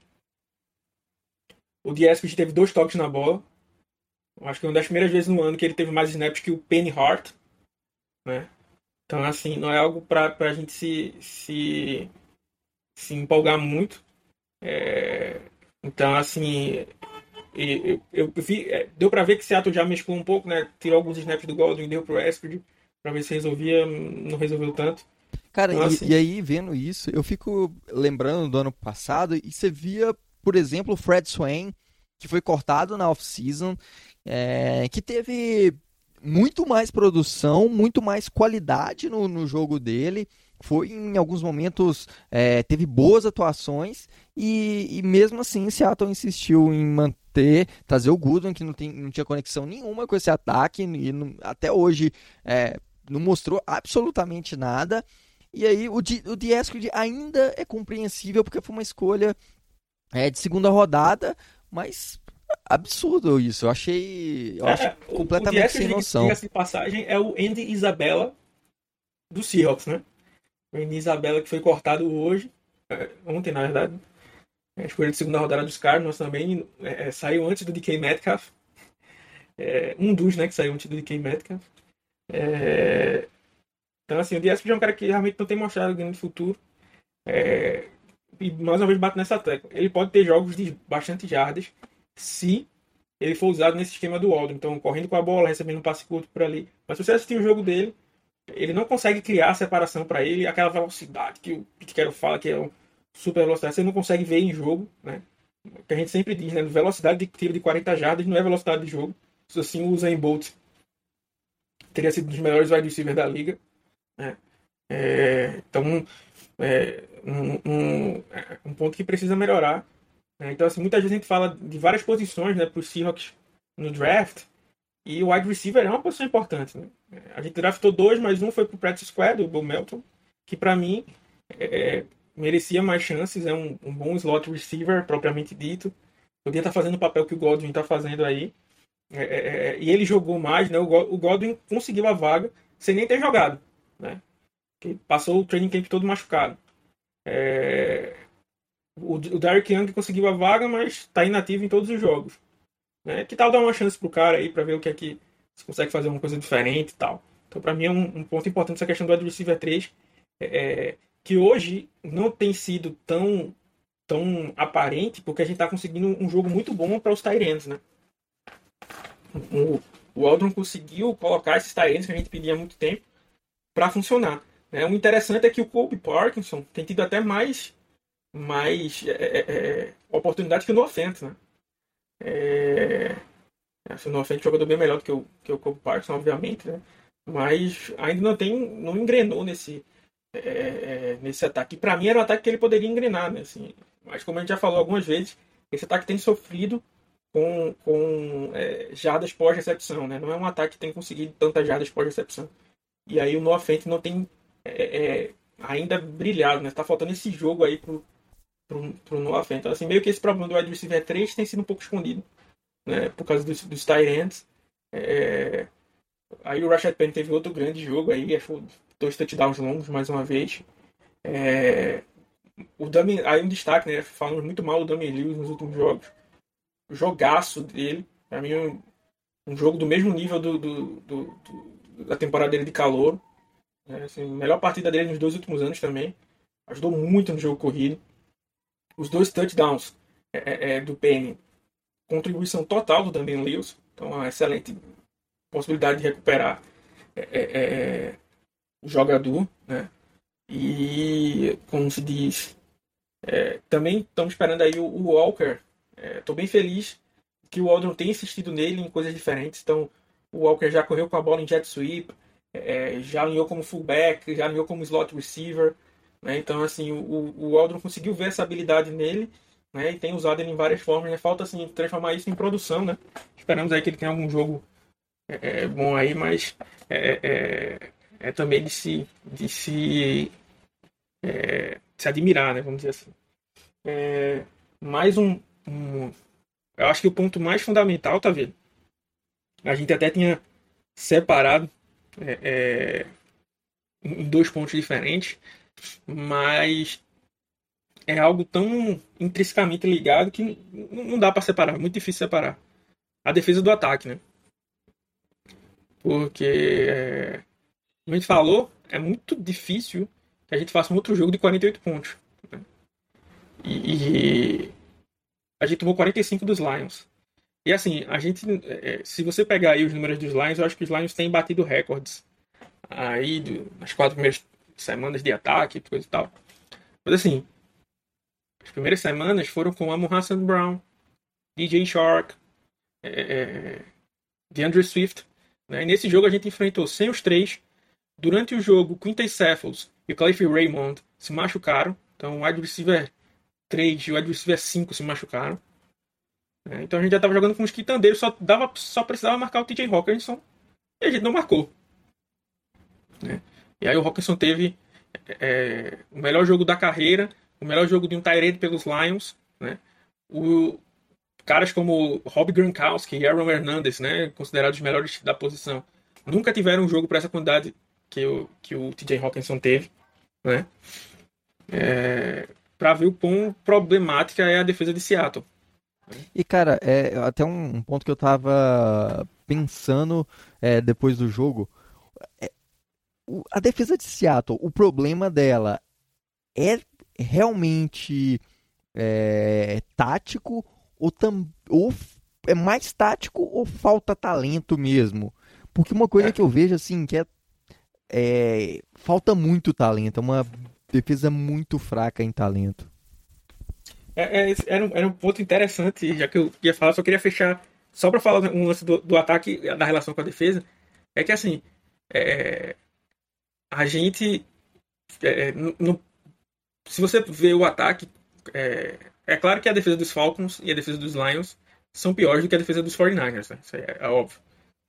O Dieskins teve dois toques na bola. Acho que é uma das primeiras vezes no ano que ele teve mais snaps que o Penny Hart, né? Então, assim, não é algo para a gente se, se, se empolgar muito. É, então, assim, eu, eu vi, é, deu para ver que Seattle já mesclou um pouco, né? Tirou alguns snaps do Godwin, deu pro Eskridge para ver se resolvia, não resolveu tanto. Cara, Então, e, assim, e aí, vendo isso, eu fico lembrando do ano passado, e você via, por exemplo, o Fred Swain, que foi cortado na off-season, é, que teve muito mais produção, muito mais qualidade no, no jogo dele. Foi em alguns momentos, é, teve boas atuações, e, e mesmo assim, Seattle insistiu em manter, trazer o Goodwin, que não, tem, não tinha conexão nenhuma com esse ataque, e não- até hoje é, não mostrou absolutamente nada. E aí o, Di- o Dieskid ainda é compreensível porque foi uma escolha é, de segunda rodada, mas absurdo isso. Eu achei, eu acho é, o, o completamente sem Dieskridge, noção. diga-se de passagem, é o Andy Isabella do Seahawks, né? O Andy Isabella que foi cortado hoje, é, ontem na verdade. A escolha de segunda rodada dos Cardinals também é, é, saiu antes do D K Metcalf. É, um dos, né, que saiu antes do D K Metcalf. É, então, assim, o Diaz é um cara que realmente não tem mostrado grande futuro. É, e mais uma vez bato nessa tecla. Ele pode ter jogos de bastante jardas se ele for usado nesse esquema do Aldo. Então, correndo com a bola, recebendo um passe curto por ali. Mas se você assistir o jogo dele, ele não consegue criar separação para ele, aquela velocidade que o Pete Carroll fala que é um super velocidade, você não consegue ver em jogo, né? Que a gente sempre diz, né? Velocidade de tiro de quarenta jardas não é velocidade de jogo. Se assim o Usain Bolt teria sido um dos melhores wide receivers da liga, né? É, então, é, um, um, um ponto que precisa melhorar. Né? Então, assim, muitas vezes a gente fala de várias posições, né, para os Seahawks no draft, e o wide receiver é uma posição importante. Né? A gente draftou dois, mas um foi para o practice squad, o Bo Melton, que para mim é, merecia mais chances, é um, um bom slot receiver, propriamente dito. Podia estar fazendo o papel que o Godwin está fazendo aí. É, é, é, e ele jogou mais, né? O, o Godwin conseguiu a vaga sem nem ter jogado, né? Que passou o training camp todo machucado. É, o, o Derrick Young conseguiu a vaga, mas está inativo em todos os jogos. Né? Que tal dar uma chance pro cara aí para ver o que é que se consegue fazer uma coisa diferente e tal. Então, para mim, é um, um ponto importante essa questão do wide receiver três, é, que hoje não tem sido tão, tão aparente, porque a gente está conseguindo um jogo muito bom para os tight ends, né? O, o Aldron conseguiu colocar esses tight ends que a gente pedia há muito tempo para funcionar. Né? O interessante é que o Colby Parkinson tem tido até mais, mais é, é, oportunidades que o Noah Fent, né? É, o Noah Fent é um jogador bem melhor do que o, que o Colby Parkinson, obviamente, né? Mas ainda não tem, não engrenou nesse, é, é, nesse ataque. E para mim era um ataque que ele poderia engrenar, né? Assim, mas como a gente já falou algumas vezes, esse ataque tem sofrido com, com é, jardas pós-recepção, né? Não é um ataque que tem conseguido tantas jardas pós-recepção. E aí o Noah Fent não tem é, é, ainda brilhado, né? Tá faltando esse jogo aí pro, pro, pro Noah Fent. Então, assim, meio que esse problema do wide receiver três tem sido um pouco escondido, né? Por causa dos, dos tight ends. É, aí o Rashad Penny teve outro grande jogo aí, achou dois touchdowns longos mais uma vez. É, o Damian, aí um destaque, né? Falamos muito mal do Damian Lewis nos últimos jogos. O jogaço dele, pra mim, um, um jogo do mesmo nível do, do, do, do, da temporada dele de calor. É, assim, melhor partida dele nos dois últimos anos também. Ajudou muito no jogo corrido. Os dois touchdowns é, é, do Penny, contribuição total do Damian Lewis. Então, uma excelente possibilidade de recuperar é, é, jogador, né? E, como se diz, é, também estamos esperando aí o, o Walker. Estou é, bem feliz que o Waldron tem insistido nele em coisas diferentes. Então, o Walker já correu com a bola em jet sweep, é, já alinhou como fullback, já alinhou como slot receiver. Né? Então, assim, o, o Waldron conseguiu ver essa habilidade nele, né? E tem usado ele em várias formas. Né? Falta, assim, transformar isso em produção, né? Esperamos aí que ele tenha algum jogo é, é, bom aí, mas é, é, é também de se, de se, é, se admirar, né? Vamos dizer assim. É, mais um, um... Eu acho que o ponto mais fundamental, tá vendo? A gente até tinha separado é, é, em dois pontos diferentes, mas é algo tão intrinsecamente ligado que não dá para separar, é muito difícil separar. A defesa do ataque, né? Porque, é, como a gente falou, é muito difícil que a gente faça um outro jogo de quarenta e oito pontos. Né? E, e a gente tomou quarenta e cinco dos Lions. E assim, a gente, é, se você pegar aí os números dos Lions, eu acho que os Lions têm batido recordes aí do, nas quatro primeiras semanas de ataque, coisa e tal. Mas assim, as primeiras semanas foram com Amon-Ra Saint Brown, D J Shark, é, é, DeAndre Swift. Né? E nesse jogo a gente enfrentou sem os três. Durante o jogo, Quintus Cephas e o Khalif Raymond se machucaram. Então o wide receiver três e o wide receiver cinco se machucaram. É, então a gente já estava jogando com os quitandeiros, só, dava, só precisava marcar o T J Hockenson e a gente não marcou. Né? E aí o Hockenson teve é, o melhor jogo da carreira, o melhor jogo de um tight end pelos Lions. Né? O, caras como Rob Gronkowski e Aaron Hernandez, né, considerados os melhores da posição, nunca tiveram um jogo para essa quantidade que o, que o T J Hockenson teve. Né? É, para ver o quão problemática é a defesa de Seattle. E, cara, é até um, um ponto que eu tava pensando é, depois do jogo. É, o- a defesa de Seattle, o problema dela é realmente é, tático ou, tam, ou f- é mais tático ou falta talento mesmo? Porque uma coisa É, que eu vejo, assim, que é, é falta muito talento. É uma defesa muito fraca em talento. é, é, esse era, um, era um ponto interessante, já que eu ia falar, só queria fechar, só para falar um lance do, do ataque, da relação com a defesa, é que assim, é, a gente, é, no, no- se você vê o ataque, é, é claro que a defesa dos Falcons e a defesa dos Lions são piores do que a defesa dos quarenta e nove ers, né? Isso aí é, é óbvio.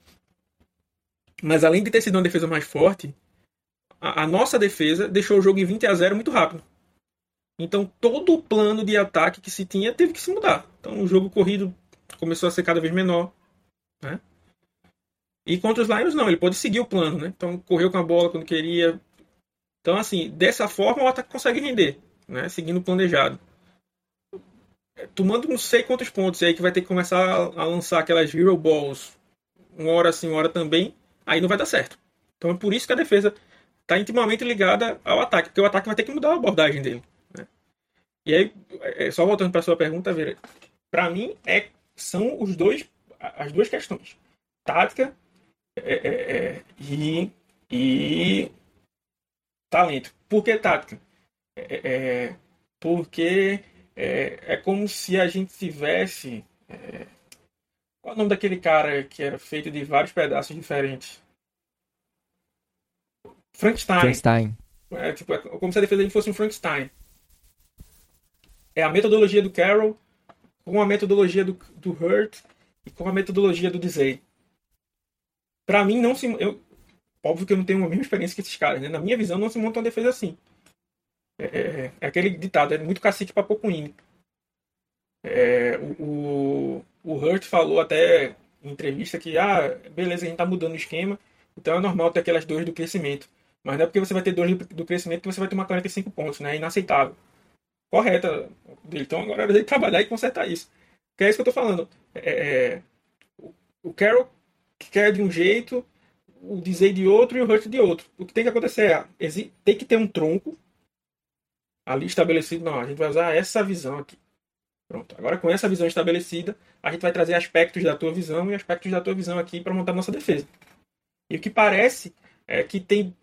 Mas além de ter sido uma defesa mais forte, a, a nossa defesa deixou o jogo em vinte a zero muito rápido. Então todo o plano de ataque que se tinha teve que se mudar. Então o jogo corrido começou a ser cada vez menor. Né? E contra os Lions não, ele pode seguir o plano. Né? Então correu com a bola quando queria. Então assim, dessa forma o ataque consegue render, né? Seguindo o planejado. Tomando não sei quantos pontos, e aí que vai ter que começar a, a lançar aquelas Hero Balls uma hora assim, uma hora também, aí não vai dar certo. Então é por isso que a defesa está intimamente ligada ao ataque, porque o ataque vai ter que mudar a abordagem dele. Né? E aí, é, só voltando para a sua pergunta, Vera, para mim é, são os dois, as duas questões: tática é, é, é, e, e talento. Por que tática? É, é, porque é, é como se a gente tivesse. É, qual é o nome daquele cara que era feito de vários pedaços diferentes? Frankenstein. Frankenstein. É, tipo, é como se a defesa dele fosse um Frankenstein. É a metodologia do Carroll com a metodologia do, do Hurt e com a metodologia do Dizay. Pra mim, não se. Eu, óbvio que eu não tenho a mesma experiência que esses caras, né? Na minha visão, não se monta uma defesa assim. É, é, é aquele ditado, é muito cacique pra pouco índio. É, o, o, o Hurt falou até em entrevista que, ah, beleza, a gente tá mudando o esquema, então é normal ter aquelas dores do crescimento. Mas não é porque você vai ter dores do, do crescimento que você vai tomar quarenta e cinco pontos, né? É inaceitável. Correta dele. Então agora é hora dele trabalhar e consertar isso. Que é isso que eu tô falando. É, é, o Carroll quer de um jeito, o Dizay de outro e o Hurt de outro. O que tem que acontecer é, tem que ter um tronco ali estabelecido. Não, a gente vai usar essa visão aqui. Pronto. Agora com essa visão estabelecida, a gente vai trazer aspectos da tua visão e aspectos da tua visão aqui para montar nossa defesa. E o que parece é que tem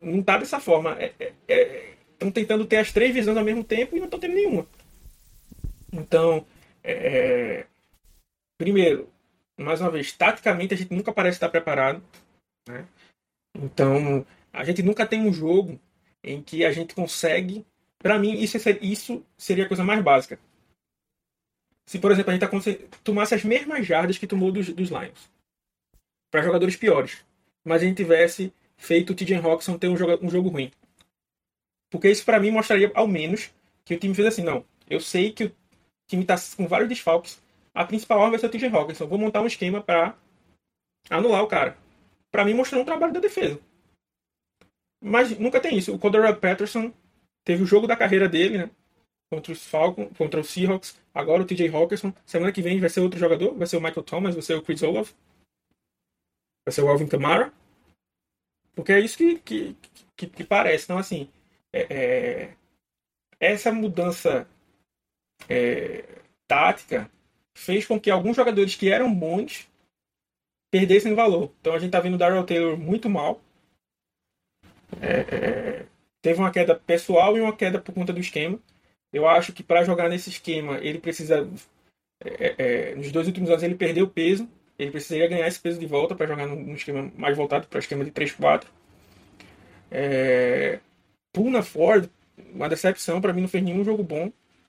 não tá dessa forma. Estão é, é, é, tentando ter as três visões ao mesmo tempo e não estão tendo nenhuma. Então, é, primeiro, mais uma vez, taticamente a gente nunca parece estar preparado, né? Então, a gente nunca tem um jogo em que a gente consegue... Para mim, isso, isso seria a coisa mais básica. Se, por exemplo, a gente tomasse as mesmas jardas que tomou dos, dos Lions, para jogadores piores, mas a gente tivesse feito o T J Hockenson ter um jogo, um jogo ruim. Porque isso, para mim, mostraria, ao menos, que o time fez assim, não, eu sei que o time está com vários desfalques, a principal arma vai ser o T J Hockenson, vou montar um esquema para anular o cara. Para mim, mostrou um trabalho da defesa. Mas nunca tem isso. O Cordero Patterson teve o jogo da carreira dele, né? Contra os Falcons, contra os Seahawks. Agora o T J Hockenson. Semana que vem vai ser outro jogador. Vai ser o Michael Thomas, vai ser o Chris Olave. Vai ser o Alvin Kamara. Porque é isso que, que, que, que parece. Então, assim, é, é, essa mudança é, tática fez com que alguns jogadores que eram bons perdessem valor. Então a gente tá vendo o Darrell Taylor muito mal. É, é, teve uma queda pessoal e uma queda por conta do esquema. Eu acho que para jogar nesse esquema ele precisa... É, é, nos dois últimos anos ele perdeu peso. Ele precisaria ganhar esse peso de volta para jogar num esquema mais voltado para o esquema de três quatro. É, Poona Ford, uma decepção, para mim não fez nenhum jogo bom.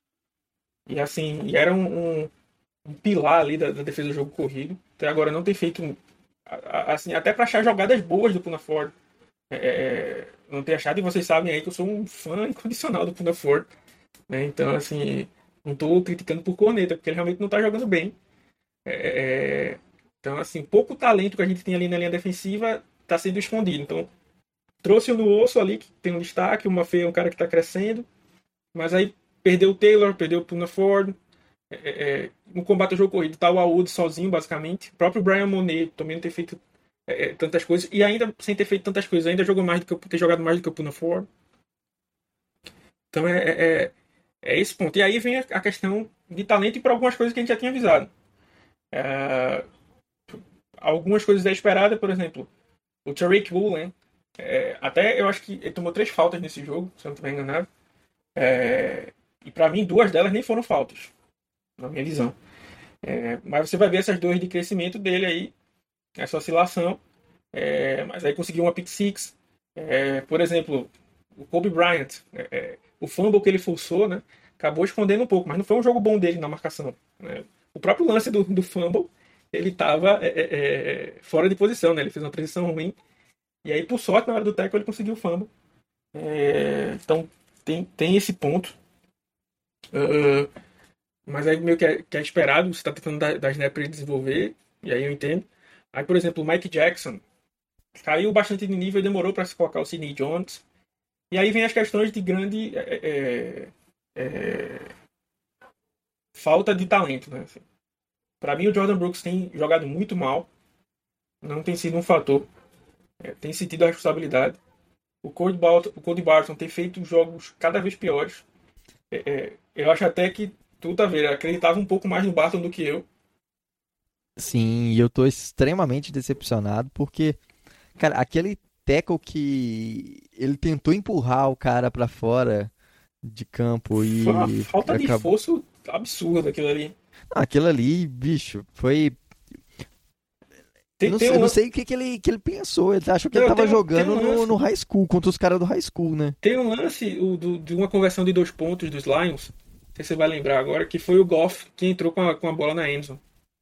E assim, e era um, um, um pilar ali da, da defesa do jogo corrido. Até agora não tem feito... Assim, até para achar jogadas boas do Poona Ford. É, não ter achado, e vocês sabem aí que eu sou um fã incondicional do Poona Ford, né? Então, assim, não estou criticando por corneta, porque ele realmente não está jogando bem. É, então, assim, pouco talento que a gente tem ali na linha defensiva está sendo escondido. Então, trouxe o Nuosso ali, que tem um destaque, o Maffei é um cara que está crescendo, mas aí perdeu o Taylor, perdeu o Poona Ford. É, é, no combate ao jogo corrido está o Aoud sozinho, basicamente. O próprio Brian Monet também não tem feito é, tantas coisas, e ainda sem ter feito tantas coisas, ainda jogou mais do que eu, ter jogado mais do que o Poona Ford. Então é, é, é esse ponto. E aí vem a questão de talento e para algumas coisas que a gente já tinha avisado. É, algumas coisas é esperada, por exemplo, o Tariq Woolen, é, até eu acho que ele tomou três faltas nesse jogo, se eu não estiver enganado. É, e para mim, duas delas nem foram faltas, na minha visão. É, mas você vai ver essas duas de crescimento dele aí, essa oscilação. É, mas aí conseguiu uma pick six. É, por exemplo, o Kobe Bryant, é, o fumble que ele forçou, né, acabou escondendo um pouco, mas não foi um jogo bom dele na marcação, né? O próprio lance do, do fumble, ele estava é, é, fora de posição, né? Ele fez uma transição ruim. E aí, por sorte, na hora do tackle, ele conseguiu o fumble. É, então, tem, tem esse ponto. Uh, mas aí, meio que é, que é esperado, você está tentando dar, dar snap para ele desenvolver, e aí eu entendo. Aí, por exemplo, o Mike Jackson caiu bastante de nível e demorou para se colocar o Sidney Jones. E aí vem as questões de grande é, é, é, falta de talento, né? Assim, para mim, o Jordan Brooks tem jogado muito mal. Não tem sido um fator. É, tem sentido a responsabilidade. O Cody Barton, o Cody Barton tem feito jogos cada vez piores. É, é, eu acho até que tu, tá vendo, acreditava um pouco mais no Barton do que eu. Sim, e eu tô extremamente decepcionado porque, cara, aquele tackle que ele tentou empurrar o cara pra fora de campo e Foi uma falta de acabou... força absurda aquilo ali. Não, aquilo ali, bicho, foi... Tem, eu não, tem sei, um... não sei o que, que, ele, que ele pensou. Ele achou que não, ele tava tem, jogando tem um no, no high school, contra os caras do high school, né? Tem um lance o, do, de uma conversão de dois pontos dos Lions, não sei se você vai lembrar agora, que foi o Goff que entrou com a, com a bola na endzone.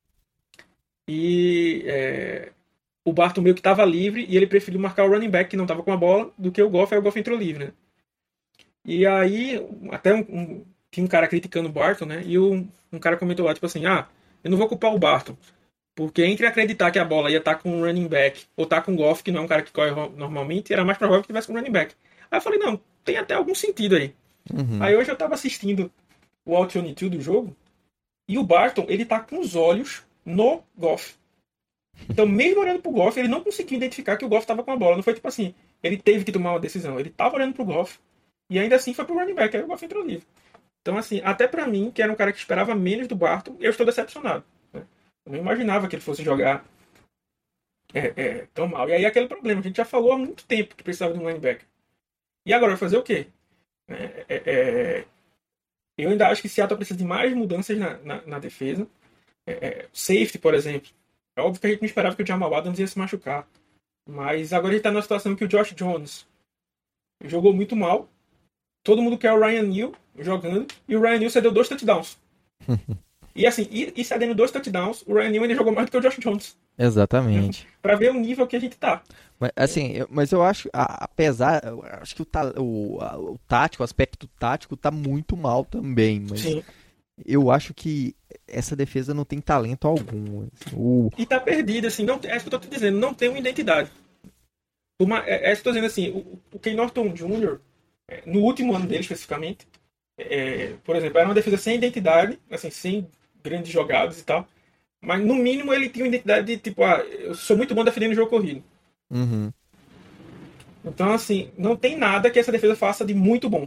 E é, o Barton meio que estava livre e ele preferiu marcar o running back que não estava com a bola do que o Goff, aí o Goff entrou livre, né? E aí, até um, um, tinha um cara criticando o Barton, né? E um, um cara comentou lá, tipo assim, ah, eu não vou culpar o Barton, porque entre acreditar que a bola ia estar com um running back ou estar com o Goff, que não é um cara que corre normalmente, era mais provável que tivesse com um running back. Aí eu falei, não, tem até algum sentido aí. Uhum. Aí hoje eu tava assistindo o All vinte e dois do jogo e o Barton, ele tá com os olhos no Goff. Então, mesmo olhando pro Goff, ele não conseguiu identificar que o Goff tava com a bola. Não foi tipo assim, ele teve que tomar uma decisão. Ele tava olhando pro Goff e ainda assim foi pro running back. Aí o Goff entrou livre. Então, assim, até pra mim, que era um cara que esperava menos do Barton, eu estou decepcionado, né? Eu não imaginava que ele fosse jogar é, é, tão mal. E aí aquele problema, a gente já falou há muito tempo que precisava de um linebacker. E agora vai fazer o quê? É, é, é, eu ainda acho que Seattle precisa de mais mudanças na, na, na defesa. É, é, safety, por exemplo. É óbvio que a gente não esperava que o Jamal Adams ia se machucar. Mas agora a gente tá numa situação que o Josh Jones jogou muito mal. Todo mundo quer o Ryan Neal jogando. E o Ryan Neal cedeu dois touchdowns. E assim, e, e cedendo dois touchdowns, o Ryan Neal ainda jogou mais do que o Josh Jones. Exatamente. Pra ver o nível que a gente tá. Mas, assim, eu, mas eu acho, a- apesar, eu acho que o, ta- o, a- o tático, o aspecto tático tá muito mal também, mas Sim. eu acho que essa defesa não tem talento algum. Assim. O, E tá perdido, assim. Não, é isso que eu tô te dizendo. Não tem uma identidade. Uma, é, é isso que eu tô dizendo assim. O, o Ken Norton júnior, é, no último ano dele especificamente, é, por exemplo, era uma defesa sem identidade, assim, sem grandes jogadas e tal. Mas no mínimo ele tinha uma identidade de tipo, ah, eu sou muito bom defendendo o jogo corrido. Uhum. Então, assim, não tem nada que essa defesa faça de muito bom.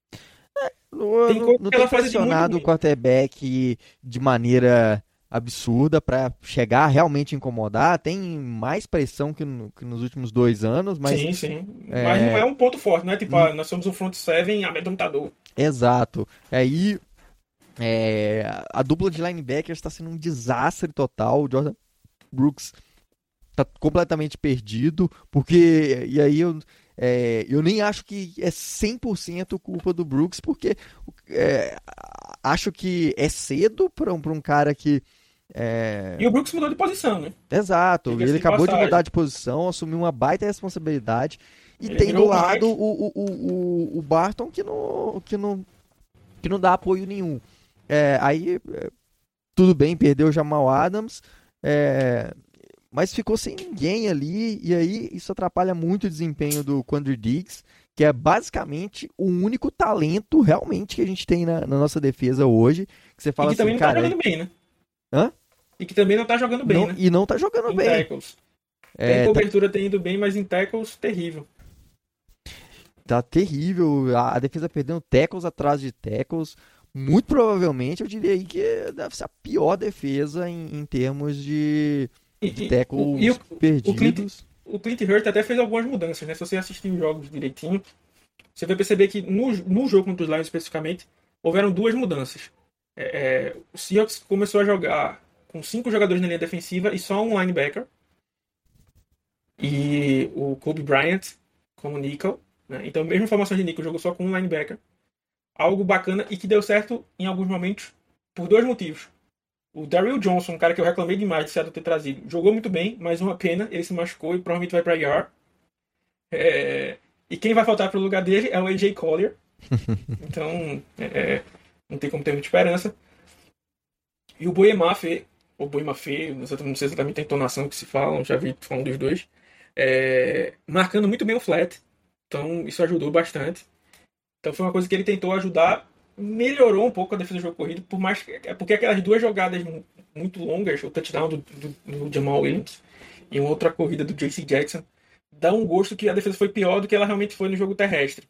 Não, Tem não, coisa não que tem ela faz de muito pressionado o ruim. quarterback de maneira absurda pra chegar a realmente incomodar. Tem mais pressão que, no- que nos últimos dois anos, mas Sim, sim. é, Mas não é um ponto forte, não é tipo, hum, ah, nós somos um front seven amedrontador. exato. Aí é, a dupla de linebackers está sendo um desastre total. O Jordan Brooks tá completamente perdido, porque e aí eu é, eu nem acho que é cem por cento culpa do Brooks, porque é, acho que é cedo para um, para um cara que é, E o Brooks mudou de posição, né? exato, Diga-se ele de acabou de passagem. mudar de posição, assumiu uma baita responsabilidade e Ele tem do virou o lado Mike. o, o, o, o- o Barton que não, que não que não dá apoio nenhum. É, aí é, tudo bem, perdeu o Jamal Adams, é, mas ficou sem ninguém ali, e aí isso atrapalha muito o desempenho do Quandre Diggs, que é basicamente o único talento realmente que a gente tem na, na nossa defesa hoje. Que você E fala que também assim, não tá cara, jogando bem, né? hã? E que também não tá jogando bem, Não, né? e não tá jogando Em bem. tackles. Tem É, tá, cobertura, tem ido bem, mas em tackles, terrível. tá terrível, a, a defesa perdendo tackles atrás de tackles. Muito provavelmente eu diria aí que deve ser a pior defesa em, em termos de, E, de e, o, e tackles o, o, Clint, perdidos. o Clint Hurt até fez algumas mudanças, né? Se você assistir os jogos direitinho, você vai perceber que no, no jogo contra os Lions especificamente, houveram duas mudanças. É, é, o Seahawks começou a jogar com cinco jogadores na linha defensiva e só um linebacker. E o Kobe Bryant como nickel, né? Então, mesma formação de nickel, jogou só com um linebacker. Algo bacana e que deu certo em alguns momentos por dois motivos. O Daryl Johnson, um cara que eu reclamei demais de Seattle ter trazido, jogou muito bem, mas uma pena, ele se machucou e provavelmente vai para I R. É... E quem vai faltar para o lugar dele é o A J Collier. Então, é... não tem como ter muita esperança. E o Boiemafé, ou Boiemafé, não sei exatamente a entonação que se falam, já vi falando dos dois, é... marcando muito bem o flat. Então, isso ajudou bastante. Então foi uma coisa que ele tentou ajudar, melhorou um pouco a defesa do jogo corrido, por mais que, porque aquelas duas jogadas muito longas, o touchdown do, do, do Jamal Williams e uma outra corrida do J C Jackson, dá um gosto que a defesa foi pior do que ela realmente foi no jogo terrestre.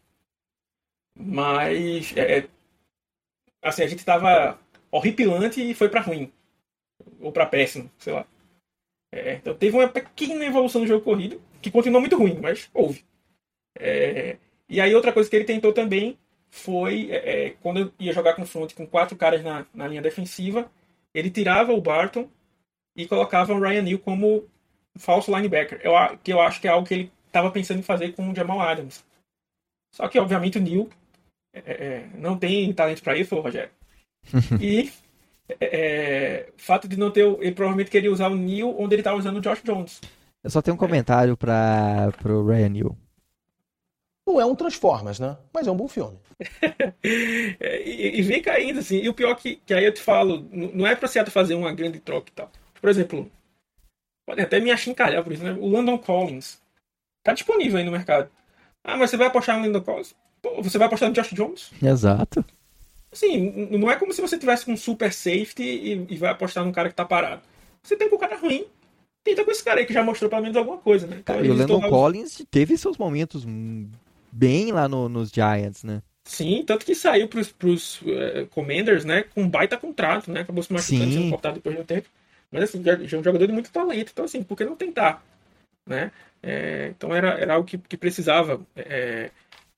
Mas é, assim, a gente estava horripilante e foi para ruim, ou para péssimo, sei lá. É, então teve uma pequena evolução no jogo corrido, que continuou muito ruim, mas houve. É, E aí outra coisa que ele tentou também foi, é, é, quando eu ia jogar com front com quatro caras na, na linha defensiva, ele tirava o Barton e colocava o Ryan Neal como falso linebacker. Eu, que eu acho que é algo que ele estava pensando em fazer com o Jamal Adams. Só que, obviamente, o Neal é, é, não tem talento para isso, Rogério. E é, o fato de não ter... Ele provavelmente queria usar o Neal onde ele estava usando o Josh Jones. Eu só tenho um comentário para o Ryan Neal. Não é um Transformers, né? Mas é um bom filme. e, e vem caindo, assim. E o pior que, que aí eu te falo, não é pra Seattle fazer uma grande troca e tal. Por exemplo, podem até me achincalhar por isso, né? O Landon Collins tá disponível aí no mercado. Ah, mas você vai apostar no Landon Collins? Pô, você vai apostar no Josh Jones? Exato. Assim, não é como se você tivesse um super safety e, e vai apostar num cara que tá parado. Você tem com um cara ruim, tenta com esse cara aí que já mostrou pelo menos alguma coisa, né? Então, Cara, e o eles Landon tornaram- Collins teve seus momentos hum, bem lá no- nos Giants, né? Sim, tanto que saiu pros, pros eh, Commanders, né, com um baita contrato, né, acabou se machucando, Sim. sendo cortado depois de um tempo. Mas assim, já, já é um jogador de muito talento, então assim, por que não tentar? né? É, então era, era algo que, que precisava é,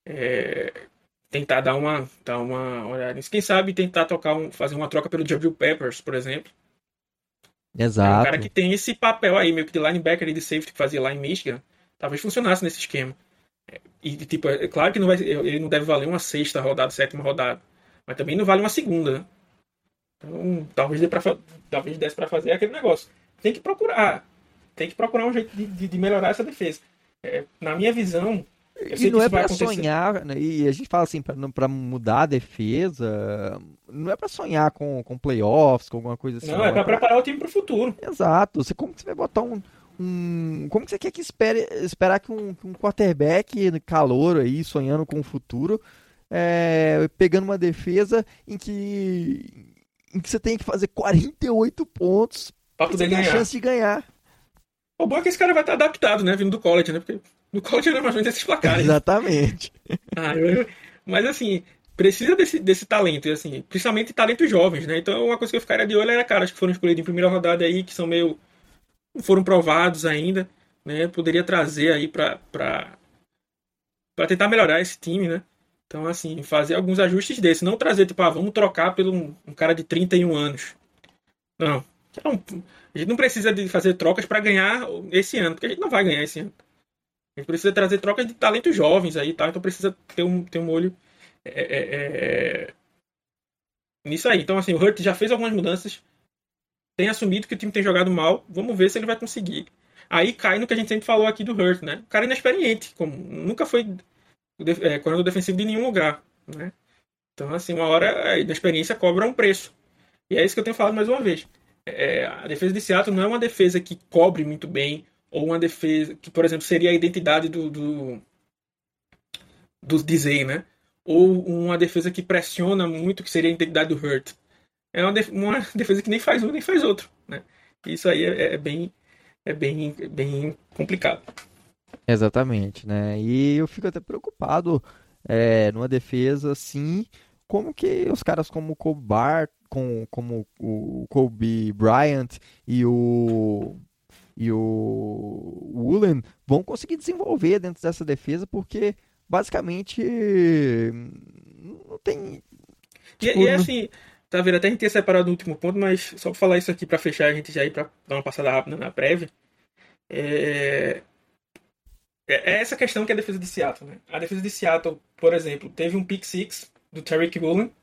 é, tentar dar uma, dar uma olhada nisso. Quem sabe tentar tocar um, fazer uma troca pelo Jabril Peppers, por exemplo. É um cara Exato. que tem esse papel aí, meio que de linebacker e de safety que fazia lá em Michigan. Talvez funcionasse nesse esquema. E, tipo, é claro que não vai, ele não deve valer uma sexta rodada, sétima rodada. Mas também não vale uma segunda, né? Então, talvez, dê pra, talvez desse pra fazer aquele negócio. Tem que procurar. Tem que procurar um jeito de, de, de melhorar essa defesa. É, na minha visão, eu E sei que não é isso vai pra acontecer. sonhar, né, e a gente fala assim, pra, não- pra mudar a defesa, não é pra sonhar com, com playoffs, com alguma coisa assim, Não, é não. É pra pra. preparar o time pro futuro. Exato. Você, como que você vai botar um, um. Como que você quer que espere, esperar que um, que um quarterback calouro aí, sonhando com o futuro, é, pegando uma defesa em que, em que você tem que fazer quarenta e oito pontos Pra pra você poder ter a ganhar. chance de ganhar. O bom é que esse cara vai estar adaptado, né? Vindo do college, né? Porque no college é normalmente esses placares. Exatamente. Ah, eu- mas assim, precisa desse, desse talento, e assim, principalmente talentos jovens, né? Então uma coisa que eu ficaria de olho era caras que foram escolhidos em primeira rodada aí, que são meio. Não foram provados ainda, né? Poderia trazer aí pra, pra, pra tentar melhorar esse time, né? Então, assim, fazer alguns ajustes desses. Não trazer, tipo, ah, vamos trocar por um, um cara de trinta e um anos. Não. Não, a gente não precisa de fazer trocas para ganhar esse ano, porque a gente não vai ganhar esse ano. A gente precisa trazer trocas de talentos jovens aí, tá? Então precisa ter um, ter um olho é, é, é, nisso aí. Então, assim, o Hurt já fez algumas mudanças, tem assumido que o time tem jogado mal. Vamos ver se ele vai conseguir. Aí cai no que a gente sempre falou aqui do Hurt, né? O cara é inexperiente, como nunca foi é, coordenador defensivo de nenhum lugar, né? Então, assim, uma hora a inexperiência cobra um preço. E é isso que eu tenho falado mais uma vez. É, a defesa de Seattle não é uma defesa que cobre muito bem, ou uma defesa que, por exemplo, seria a identidade do, do, do Dizay, né? Ou uma defesa que pressiona muito, que seria a identidade do Hurt. É uma, def uma defesa que nem faz um nem faz outro, né? Isso aí é, é bem, é bem, bem complicado. Exatamente, né? E eu fico até preocupado é, numa defesa assim, como que os caras como o Kobe Bar, com, como o Kobe Bryant e o e o Woolen vão conseguir desenvolver dentro dessa defesa, porque basicamente não tem, E, e tipo, é não- assim, tá vendo? Até a gente tinha separado no último ponto, mas só pra falar isso aqui pra fechar, a gente já ir pra dar uma passada rápida na prévia. É, é essa questão que é a defesa de Seattle, né? A defesa de Seattle, por exemplo, teve um pick six do Tariq Woolen.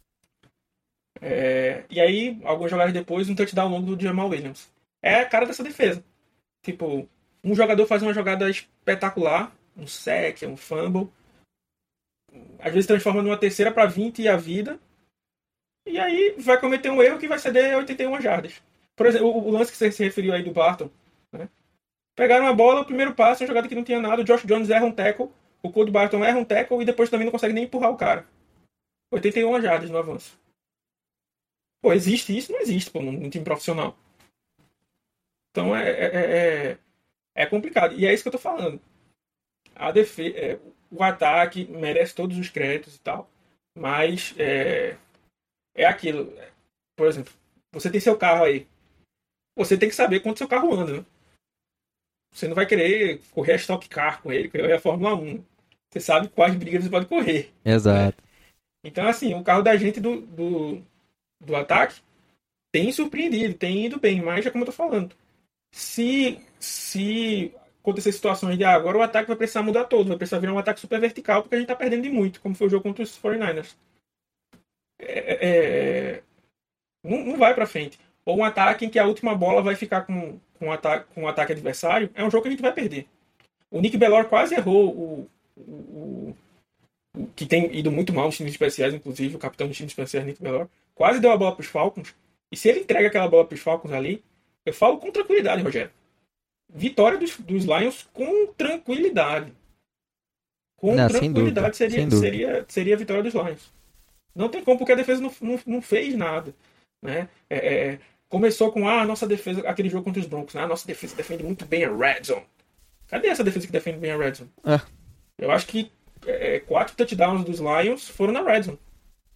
É, e aí, algumas jogadas depois, um touchdown longo do Jamal Williams. É a cara dessa defesa. Tipo, um jogador faz uma jogada espetacular, um sec, um fumble, às vezes transforma numa terceira para vinte e a vida, e aí vai cometer um erro que vai ceder oitenta e uma jardas. Por exemplo, o, o lance que você se referiu aí do Barton, né? Pegaram a bola, o primeiro passe, uma jogada que não tinha nada, o Josh Jones erra um tackle, o Cody Barton erra um tackle e depois também não consegue nem empurrar o cara. oitenta e uma jardas no avanço. Pô, existe isso? Não existe, pô, num time profissional. Então é, é, é, é complicado. E é isso que eu tô falando. A defesa, é, o ataque merece todos os créditos e tal. Mas é, é aquilo. Por exemplo, você tem seu carro aí. Você tem que saber quanto seu carro anda, né? Você não vai querer correr a Stock Car com ele, correr a Fórmula um. Você sabe quais brigas você pode correr. Né? Exato. Então, assim, o carro da gente do, do, do ataque tem surpreendido, tem ido bem, mas é como eu tô falando. Se, se acontecer situações de ah, agora o ataque vai precisar mudar todo, vai precisar virar um ataque super vertical, porque a gente tá perdendo de muito, como foi o jogo contra os quarenta e nine ers. É, é, não, não vai pra frente. Ou um ataque em que a última bola vai ficar com, com, um ataque, com um ataque adversário, é um jogo que a gente vai perder. O Nick Bellor quase errou o, o, o, o que tem ido muito mal nos times especiais, inclusive o capitão dos times especiais, Nick Bellor, quase deu a bola pros Falcons. E se ele entrega aquela bola pros Falcons ali, eu falo com tranquilidade, Rogério. Vitória dos, dos Lions com tranquilidade. Com Não, sem dúvida, tranquilidade seria, sem dúvida. seria, seria a vitória dos Lions. Não tem como, porque a defesa não, não, não fez nada. Né? É, é, começou com ah, a nossa defesa, aquele jogo contra os Broncos. Né? A nossa defesa defende muito bem a Red Zone. Cadê essa defesa que defende bem a Red Zone? É. Eu acho que é, quatro touchdowns dos Lions foram na Red Zone.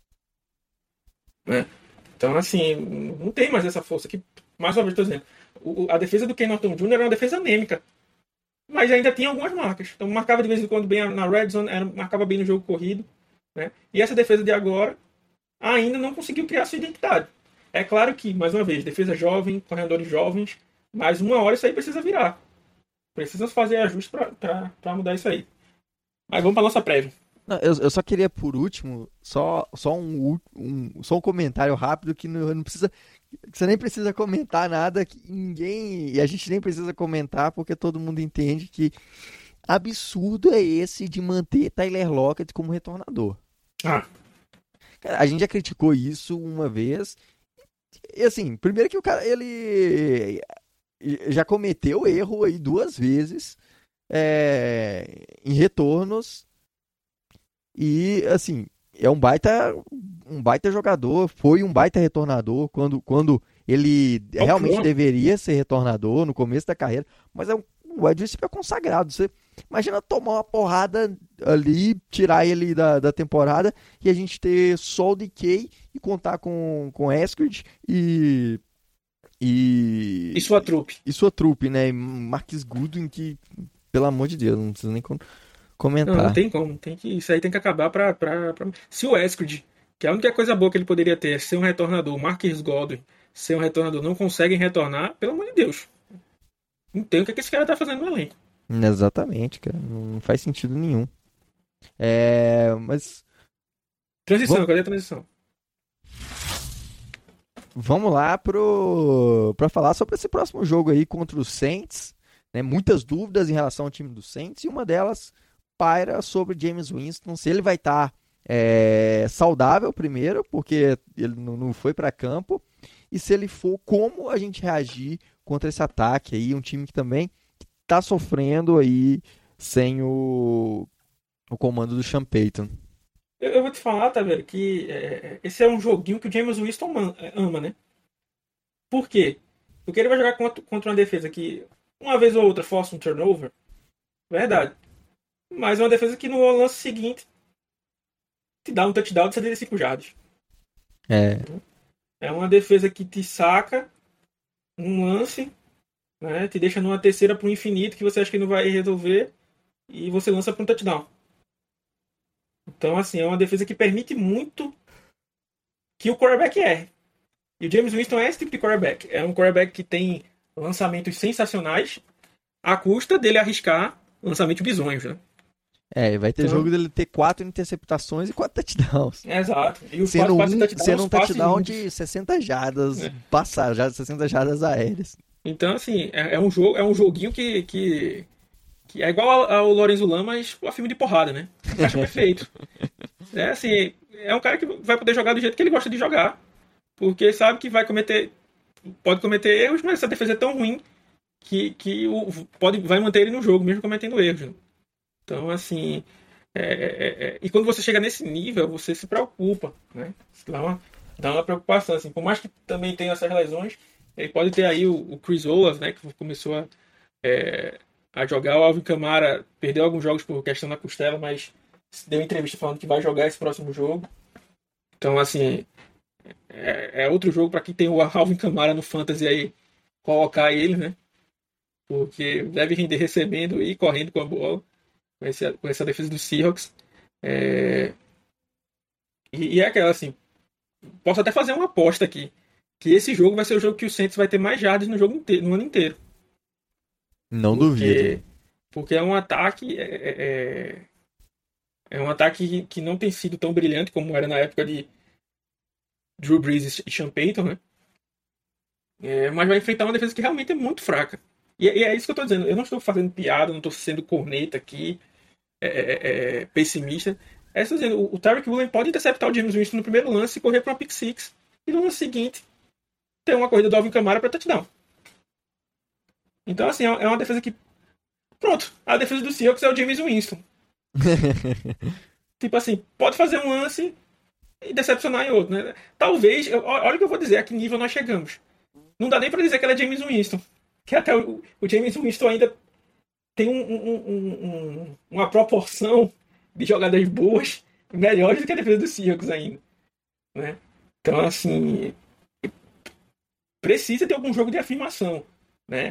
Né? Então, assim, não tem mais essa força. Que, mais uma vez, estou dizendo, o, a defesa do Ken Norton Júnior era uma defesa anêmica. mas ainda tinha algumas marcas. Então marcava de vez em quando bem na red zone, era, marcava bem no jogo corrido, né? E essa defesa de agora ainda não conseguiu criar sua identidade. É claro que, mais uma vez, defesa jovem, corredores jovens, mas uma hora isso aí precisa virar. Precisa fazer ajustes para mudar isso aí. Mas vamos para nossa prévia. Não, eu, eu só queria, por último, só, só, um, um, só um comentário rápido que não, não precisa. Você nem precisa comentar nada, que ninguém. E a gente nem precisa comentar, porque todo mundo entende que absurdo é esse de manter Tyler Lockett como retornador. Ah. Cara, a gente já criticou isso uma vez. E assim, primeiro que o cara, ele já cometeu erro aí duas vezes é, em retornos. E, assim, é um baita, um baita jogador, foi um baita retornador quando, quando ele Oh, realmente pronto. deveria ser retornador no começo da carreira, mas é um, um wide receiver consagrado. Você imagina tomar uma porrada ali, tirar ele da, da temporada e a gente ter só o D K e contar com, com Eskridge e, e, E sua trupe? e sua trupe, né? E Marquis Goodwin, que, pelo amor de Deus, não precisa nem com- Não, comentar. não tem como. Tem que, isso aí tem que acabar pra, pra, pra... Se o Eskridge, que é a única coisa boa que ele poderia ter é ser um retornador, o Marquis Godwin ser um retornador, não conseguem retornar, pelo amor de Deus. Não tem o que, é que esse cara tá fazendo no elenco. Exatamente, cara. Não faz sentido nenhum. É, mas Transição, Vamos- cadê a transição? vamos lá pro para falar sobre esse próximo jogo aí contra os Saints, né? Muitas dúvidas em relação ao time dos Saints e uma delas paira sobre James Winston, se ele vai estar saudável primeiro, porque ele não não foi para campo, e se ele for, como a gente reagir contra esse ataque aí, um time que também está sofrendo aí sem o, o comando do Sean Payton. Eu, eu vou te falar, tá, velho, que é, esse é um joguinho que o James Winston man- ama, né? Por quê? Porque ele vai jogar contra, contra uma defesa que, uma vez ou outra, força um turnover. Verdade. Mas é uma defesa que no lance seguinte te dá um touchdown de setenta e cinco jardas. É, É uma defesa que te saca num lance, né? Te deixa numa terceira pro infinito que você acha que não vai resolver e você lança para um touchdown. Então, assim, é uma defesa que permite muito que o quarterback erre. E o James Winston é esse tipo de quarterback. É um quarterback que tem lançamentos sensacionais à custa dele arriscar lançamentos bizonhos, né? é, vai ter Então- jogo dele ter quatro interceptações e quatro touchdowns. Exato. E os Sendo quatro passes um, de touchdown, sendo os um passes touchdown lindos. de sessenta jardas É. passadas, já sessenta jardas aéreas. Então, assim, é, é um jogo, é um joguinho que, que, que é igual ao, ao Lorenzo Lama, mas a filme de porrada, né? Acho perfeito. É assim, é um cara que vai poder jogar do jeito que ele gosta de jogar, porque sabe que vai cometer, pode cometer erros, mas essa defesa é tão ruim que, que o, pode, vai manter ele no jogo, mesmo cometendo erros. Né? Então, assim, é, é, é, e quando você chega nesse nível, você se preocupa, né? Dá uma, dá uma preocupação, assim, por mais que também tenha essas lesões, ele pode ter aí o, o Chris Olave, né, que começou a, é, a jogar, o Alvin Kamara perdeu alguns jogos por questão da costela, mas deu entrevista falando que vai jogar esse próximo jogo. Então, assim, é, é outro jogo para quem tem o Alvin Kamara no Fantasy aí, colocar ele, né? Porque deve render recebendo e correndo com a bola, com essa, com essa defesa do Seahawks. É, e, e é aquela, assim, posso até fazer uma aposta aqui, que esse jogo vai ser o jogo que o Saints vai ter mais jardas no jogo inteiro, no ano inteiro. Não Porque, duvido. porque é um ataque. É, é, é um ataque que, que não tem sido tão brilhante como era na época de Drew Brees e Sean Payton, né? É, mas vai enfrentar uma defesa que realmente é muito fraca. E, e é isso que eu tô dizendo. Eu não estou fazendo piada, não estou sendo corneta aqui, é, é, é, pessimista. É só dizendo, o, o Tyreek Woolen pode interceptar o James Winston no primeiro lance e correr para uma pick six. E no lance seguinte, ter uma corrida do Alvin Kamara para touchdown. Então, assim, é é uma defesa que. Pronto, a defesa do Seahawks é o James Winston. Tipo assim, pode fazer um lance e decepcionar em outro, né? Talvez, eu- olha o que eu vou dizer, a que nível nós chegamos. Não dá nem pra dizer que ela é James Winston. Que até o, o James Winston ainda tem um- um- um- um- uma proporção de jogadas boas melhores do que a defesa do Seahawks ainda. Né? Então, assim, precisa ter algum jogo de afirmação, né?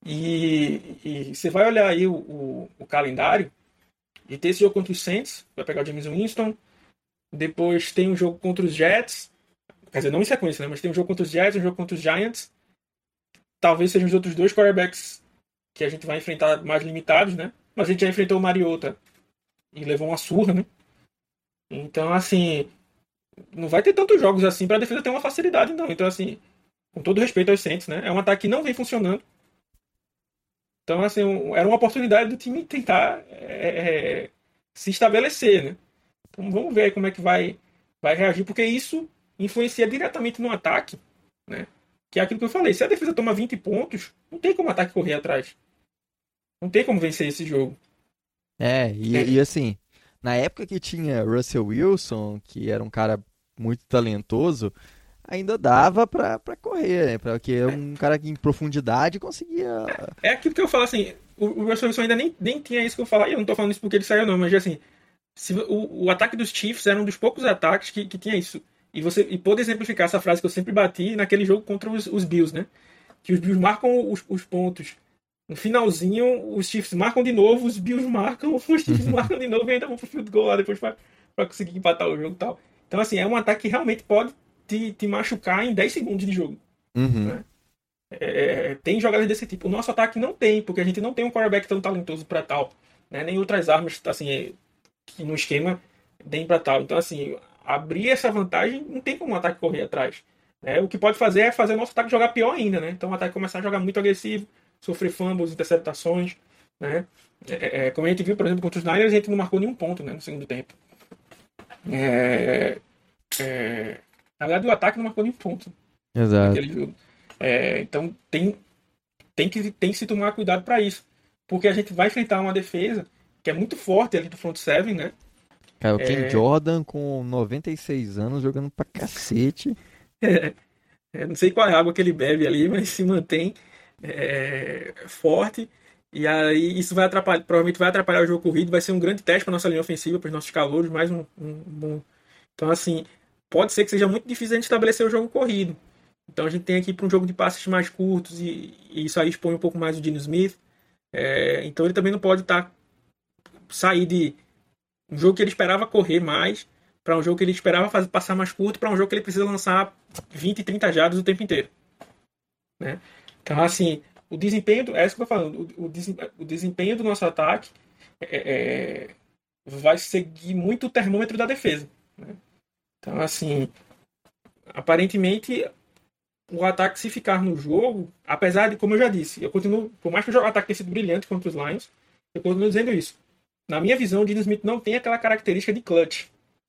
E, e você vai olhar aí o, o, o calendário e tem esse jogo contra os Saints, vai pegar o James Winston, depois tem um jogo contra os Jets, quer dizer, não em sequência, né? Mas tem um jogo contra os Jets, um jogo contra os Giants, talvez sejam os outros dois quarterbacks que a gente vai enfrentar mais limitados, né? Mas a gente já enfrentou o Mariota e levou uma surra, né? Então, assim, não vai ter tantos jogos assim para a defesa ter uma facilidade, não. Então, assim, com todo respeito aos Saints, né? É um ataque que não vem funcionando. Então, assim, um, era uma oportunidade do time tentar é, é, se estabelecer, né? Então, vamos ver como é que vai, vai reagir, porque isso influencia diretamente no ataque, né? Que é aquilo que eu falei. Se a defesa toma vinte pontos, não tem como o ataque correr atrás. Não tem como vencer esse jogo. É, e, É. e assim, na época que tinha Russell Wilson, que era um cara muito talentoso, ainda dava pra, pra correr, né? Porque é um cara que em profundidade conseguia. É aquilo que eu falo assim, o, o Russell Wilson ainda nem, nem tinha isso que eu falo, e eu não tô falando isso porque ele saiu não, mas assim, se, o, o ataque dos Chiefs era um dos poucos ataques que, que tinha isso. E você e pôde exemplificar essa frase que eu sempre bati naquele jogo contra os, os Bills, né? Que os Bills marcam os, os pontos. No finalzinho, os Chiefs marcam de novo, os Bills marcam, os Chiefs marcam de novo e ainda vão pro field goal lá depois pra, pra conseguir empatar o jogo e tal. Então, assim, é um ataque que realmente pode te, te machucar em dez segundos de jogo. Uhum. Né? É, tem jogadas desse tipo. O nosso ataque não tem, porque a gente não tem um quarterback tão talentoso pra tal. Né? Nem outras armas, assim, que no esquema deem pra tal. Então, assim, abrir essa vantagem não tem como o ataque correr atrás. Né? O que pode fazer é fazer o nosso ataque jogar pior ainda, né? Então o ataque começar a jogar muito agressivo, sofrer fumbles, interceptações, né? É, é, como a gente viu, por exemplo, contra os Niners, a gente não marcou nenhum ponto, né, no segundo tempo. É, é, na verdade, o ataque não marcou nenhum ponto Exato. naquele jogo. É, então tem, tem, que, tem que se tomar cuidado para isso, porque a gente vai enfrentar uma defesa que é muito forte ali do front seven, né? Cara, o Ken É, Jordan com noventa e seis anos jogando pra cacete. é, não sei qual é a água que ele bebe ali, mas se mantém é, forte. E aí isso vai atrapalhar, provavelmente vai atrapalhar o jogo corrido, vai ser um grande teste para nossa linha ofensiva, para os nossos calouros, mais um, um bom. Então, assim, pode ser que seja muito difícil a gente estabelecer o jogo corrido. Então a gente tem aqui para um jogo de passes mais curtos e, e isso aí expõe um pouco mais o Dino Smith. É, então ele também não pode estar tá, sair de um jogo que ele esperava correr mais para um jogo que ele esperava fazer, passar mais curto para um jogo que ele precisa lançar vinte, trinta jardas o tempo inteiro. Né? Então, assim, o desempenho, do, é isso que eu tô falando, o, o desempenho do nosso ataque é, é, vai seguir muito o termômetro da defesa. Né? Então, assim, aparentemente, o ataque, se ficar no jogo, apesar de, como eu já disse, eu continuo, por mais que o ataque tenha sido brilhante contra os Lions, eu continuo dizendo isso. Na minha visão, o Dino Smith não tem aquela característica de clutch.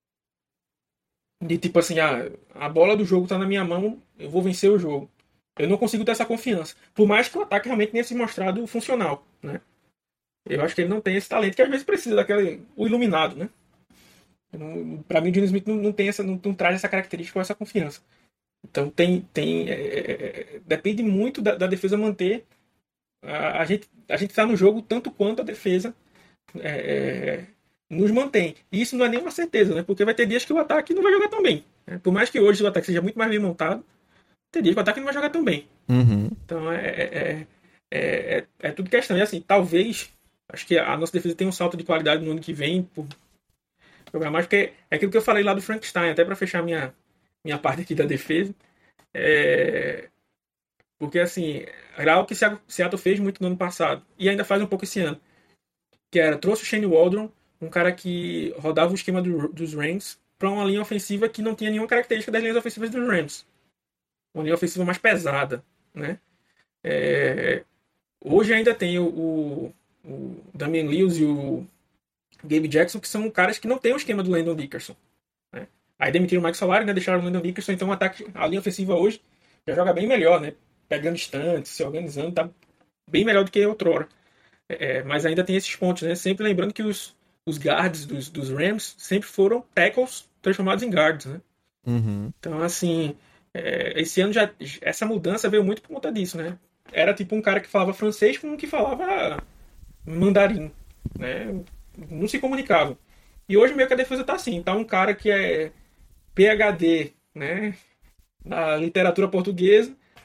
De tipo assim, ah, a bola do jogo tá na minha mão, eu vou vencer o jogo. Eu não consigo ter essa confiança. Por mais que o ataque realmente tenha se mostrado funcional, né? Eu acho que ele não tem esse talento, que às vezes precisa daquele... o iluminado, né? Para mim, o Dino Smith não, não, tem essa, não, não traz essa característica ou essa confiança. Então, tem... tem é, depende muito da, da defesa manter... A, a gente a gente tá no jogo tanto quanto a defesa é, nos mantém. E isso não é nenhuma certeza, né? Porque vai ter dias que o ataque não vai jogar tão bem. Né? Por mais que hoje o ataque seja muito mais bem montado, tem dias que o ataque não vai jogar tão bem. Uhum. Então é, é, é, é, é tudo questão. E assim, talvez, acho que a nossa defesa tem um salto de qualidade no ano que vem por jogar mais, porque é aquilo que eu falei lá do Frankenstein, até para fechar minha, minha parte aqui da defesa. É, porque assim, era algo que o Seattle fez muito no ano passado e ainda faz um pouco esse ano. Que era, trouxe o Shane Waldron, um cara que rodava o esquema do, dos Rams, para uma linha ofensiva que não tinha nenhuma característica das linhas ofensivas dos Rams. Uma linha ofensiva mais pesada, né? É, hoje ainda tem o, o, o Damian Lewis e o Gabe Jackson, que são caras que não têm o esquema do Landon Dickerson. Né? Aí demitiram o Mike Solari, né? Deixaram o Landon Dickerson, então o ataque, a linha ofensiva hoje já joga bem melhor, né? Pegando instantes, se organizando, tá bem melhor do que outrora. É, mas ainda tem esses pontos, né? Sempre lembrando que os, os guards dos, dos Rams sempre foram tackles transformados em guards, né? Uhum. Então, assim, é, esse ano já essa mudança veio muito por conta disso, né? Era tipo um cara que falava francês com um que falava mandarim, né? Não se comunicavam. E hoje meio que a defesa tá assim, tá um cara que é P H D, né? Na literatura portuguesa,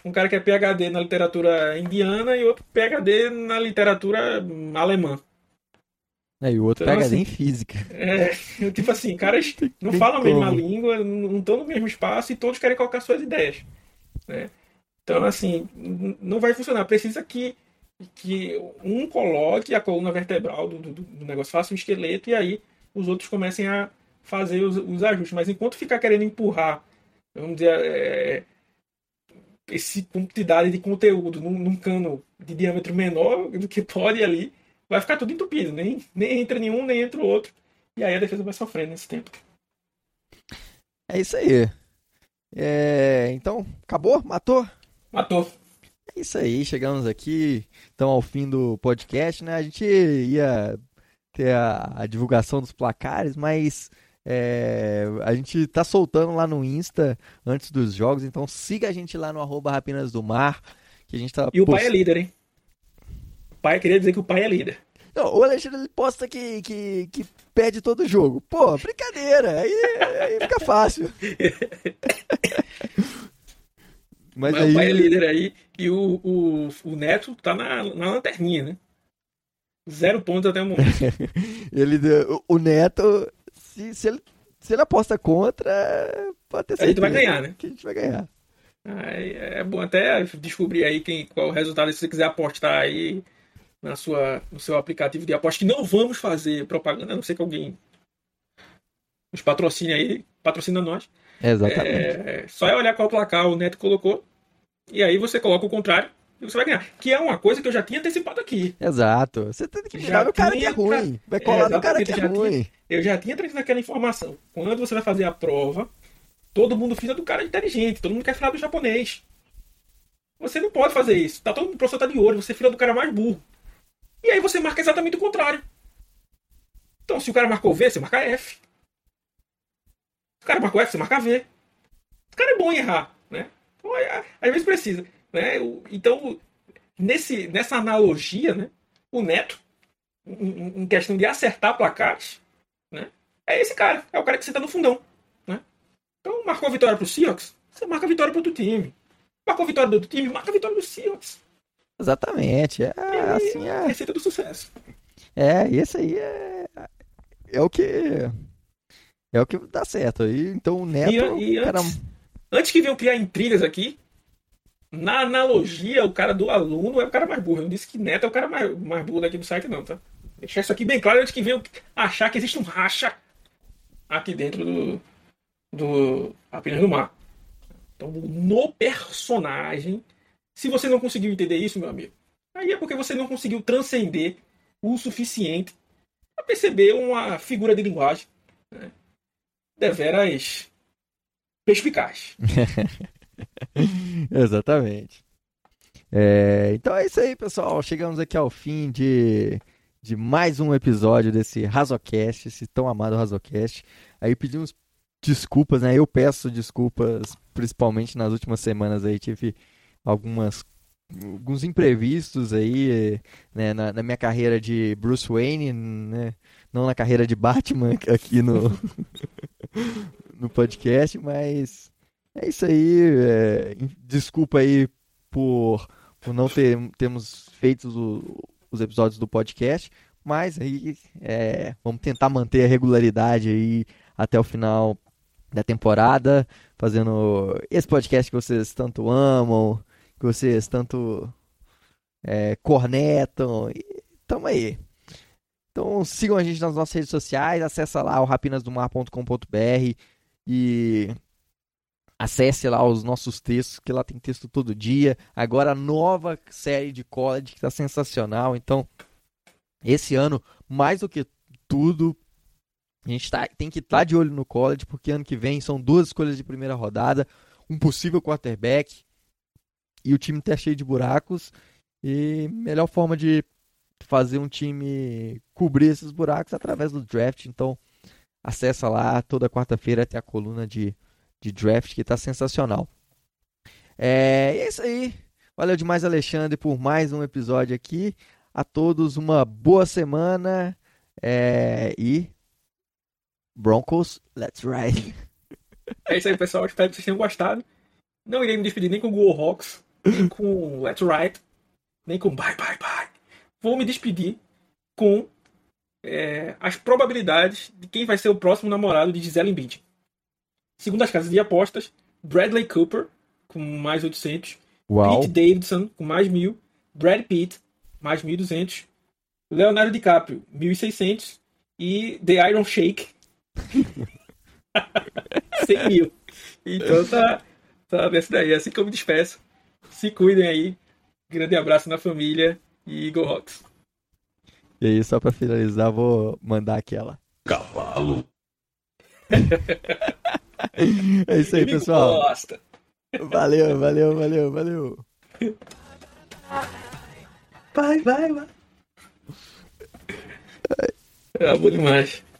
um cara que é P H D na literatura indiana e outro P H D na literatura alemã. É, e o outro Então, pega assim, nem física. É, tipo assim, caras não tem falam a mesma como. língua, não estão no mesmo espaço e todos querem colocar suas ideias, né? Então, assim, n- não vai funcionar. Precisa que, que um coloque a coluna vertebral do, do, do negócio, faça um esqueleto e aí os outros comecem a fazer os, os ajustes. Mas enquanto ficar querendo empurrar, vamos dizer, é, essa quantidade de conteúdo num, num cano de diâmetro menor do que pode ali, vai ficar tudo entupido. Nem, nem entra nenhum, nem entra o outro. E aí a defesa vai sofrendo nesse tempo. É isso aí. É, então, acabou? Matou? Matou. É isso aí, chegamos aqui, então ao fim do podcast, né? A gente ia ter a, a divulgação dos placares, mas é, a gente tá soltando lá no Insta antes dos jogos, então siga a gente lá no arroba Rapinas do Mar, que a gente tá E o pai é post... líder, hein? O pai queria dizer que o pai é líder. Não, o Alexandre ele posta que, que, que perde todo jogo. Pô, brincadeira, aí, aí fica fácil. Mas, Mas aí... o pai é líder aí e o, o, o Neto tá na, na lanterninha, né? Zero pontos até o momento. ele, o, o Neto, se, se, ele, se ele aposta contra, pode ter certeza A gente vai ganhar, né? que a gente vai ganhar. Aí é bom até descobrir aí quem, qual o resultado, se você quiser apostar aí na sua, no seu aplicativo de aposta, que não vamos fazer propaganda, a não ser que alguém nos patrocine aí, patrocina nós. Exatamente. É, só é olhar qual placar o Neto colocou, e aí você coloca o contrário e você vai ganhar. Que é uma coisa que eu já tinha antecipado aqui. Exato. Você tem que Já virar no cara que tinha é ruim. Vai É, colar no cara exatamente, que é já tinha- ruim. Eu já tinha trazido aquela informação. Quando você vai fazer a prova, todo mundo fila do cara inteligente, todo mundo quer filar do japonês. Você não pode fazer isso. Tá todo mundo, o professor tá de olho, você fila do cara mais burro. E aí você marca exatamente o contrário. Então, se o cara marcou V, você marca F. Se o cara marcou F, você marca V. O cara é bom em errar, né? Então, é, às vezes precisa, né? O- Então, nesse, nessa analogia, né? O Neto, em, em- em questão de acertar placares, né? É esse cara. É o cara que senta no fundão, né? Então, marcou a vitória pro Seahawks, você marca a vitória pro outro time. Marcou a vitória do outro time, marca a vitória do Seahawks. Exatamente. É E aí, assim, é a é. receita do sucesso. É, esse aí é, é o que é o que dá certo. E, então o Neto, E, e cara, antes, antes que venham criar intrigas aqui, na analogia, o cara do aluno é o cara mais burro. Eu não disse que Neto é o cara mais, mais burro daqui do site, não, tá? Deixar isso aqui bem claro antes que venham achar que existe um racha aqui dentro do, do Apenas do Mar. Então, no personagem, se você não conseguiu entender isso, meu amigo, aí é porque você não conseguiu transcender o suficiente para perceber uma figura de linguagem, né, deveras perspicaz. exatamente. É, então é isso aí, pessoal. Chegamos aqui ao fim de, de mais um episódio desse Razocast, esse tão amado Razocast. Aí pedimos desculpas, né? Eu peço desculpas, principalmente nas últimas semanas aí tive algumas alguns imprevistos aí, né, na, na minha carreira de Bruce Wayne, né? Não na carreira de Batman aqui no no podcast, mas é isso aí. É, desculpa aí por, por não ter, termos feito o- os episódios do podcast, mas aí é, vamos tentar manter a regularidade aí até o final da temporada, fazendo esse podcast que vocês tanto amam, que vocês tanto é, cornetam, e tamo aí. Então sigam a gente nas nossas redes sociais, acessa lá o rapinasdomar ponto com ponto br e acesse lá os nossos textos, que lá tem texto todo dia. Agora a nova série de college que está sensacional. Então, esse ano, mais do que tudo, a gente tá, tem que estar de olho no college, porque ano que vem são duas escolhas de primeira rodada, um possível quarterback, e o time está cheio de buracos. E melhor forma de fazer um time cobrir esses buracos é através do draft. Então, acessa lá, toda quarta-feira tem a coluna de, de draft, que está sensacional. É, e é isso aí. Valeu demais, Alexandre, por mais um episódio aqui. A todos uma boa semana. É, e Broncos, let's ride. É isso aí, pessoal. Espero que vocês tenham gostado. Não irei me despedir nem com o Go Hawks, nem com Let's Right, nem com Bye Bye Bye. Vou me despedir com é, as probabilidades de quem vai ser o próximo namorado de Gisele Bündchen. Segundo as casas de apostas, Bradley Cooper, com mais oitocentos. Uau. Pete Davidson, com mais mil. Brad Pitt, mais mil e duzentos. Leonardo DiCaprio, mil e seiscentos. E The Iron Shake, cem mil. Então tá, tá dessa daí. Assim que eu me despeço. Se cuidem aí. Grande abraço na família e Go Hawks. E aí, só pra finalizar, vou mandar aquela. Cavalo. É isso aí, Ele pessoal. gosta. Valeu, valeu, valeu, valeu. Vai, vai, vai. É bom demais.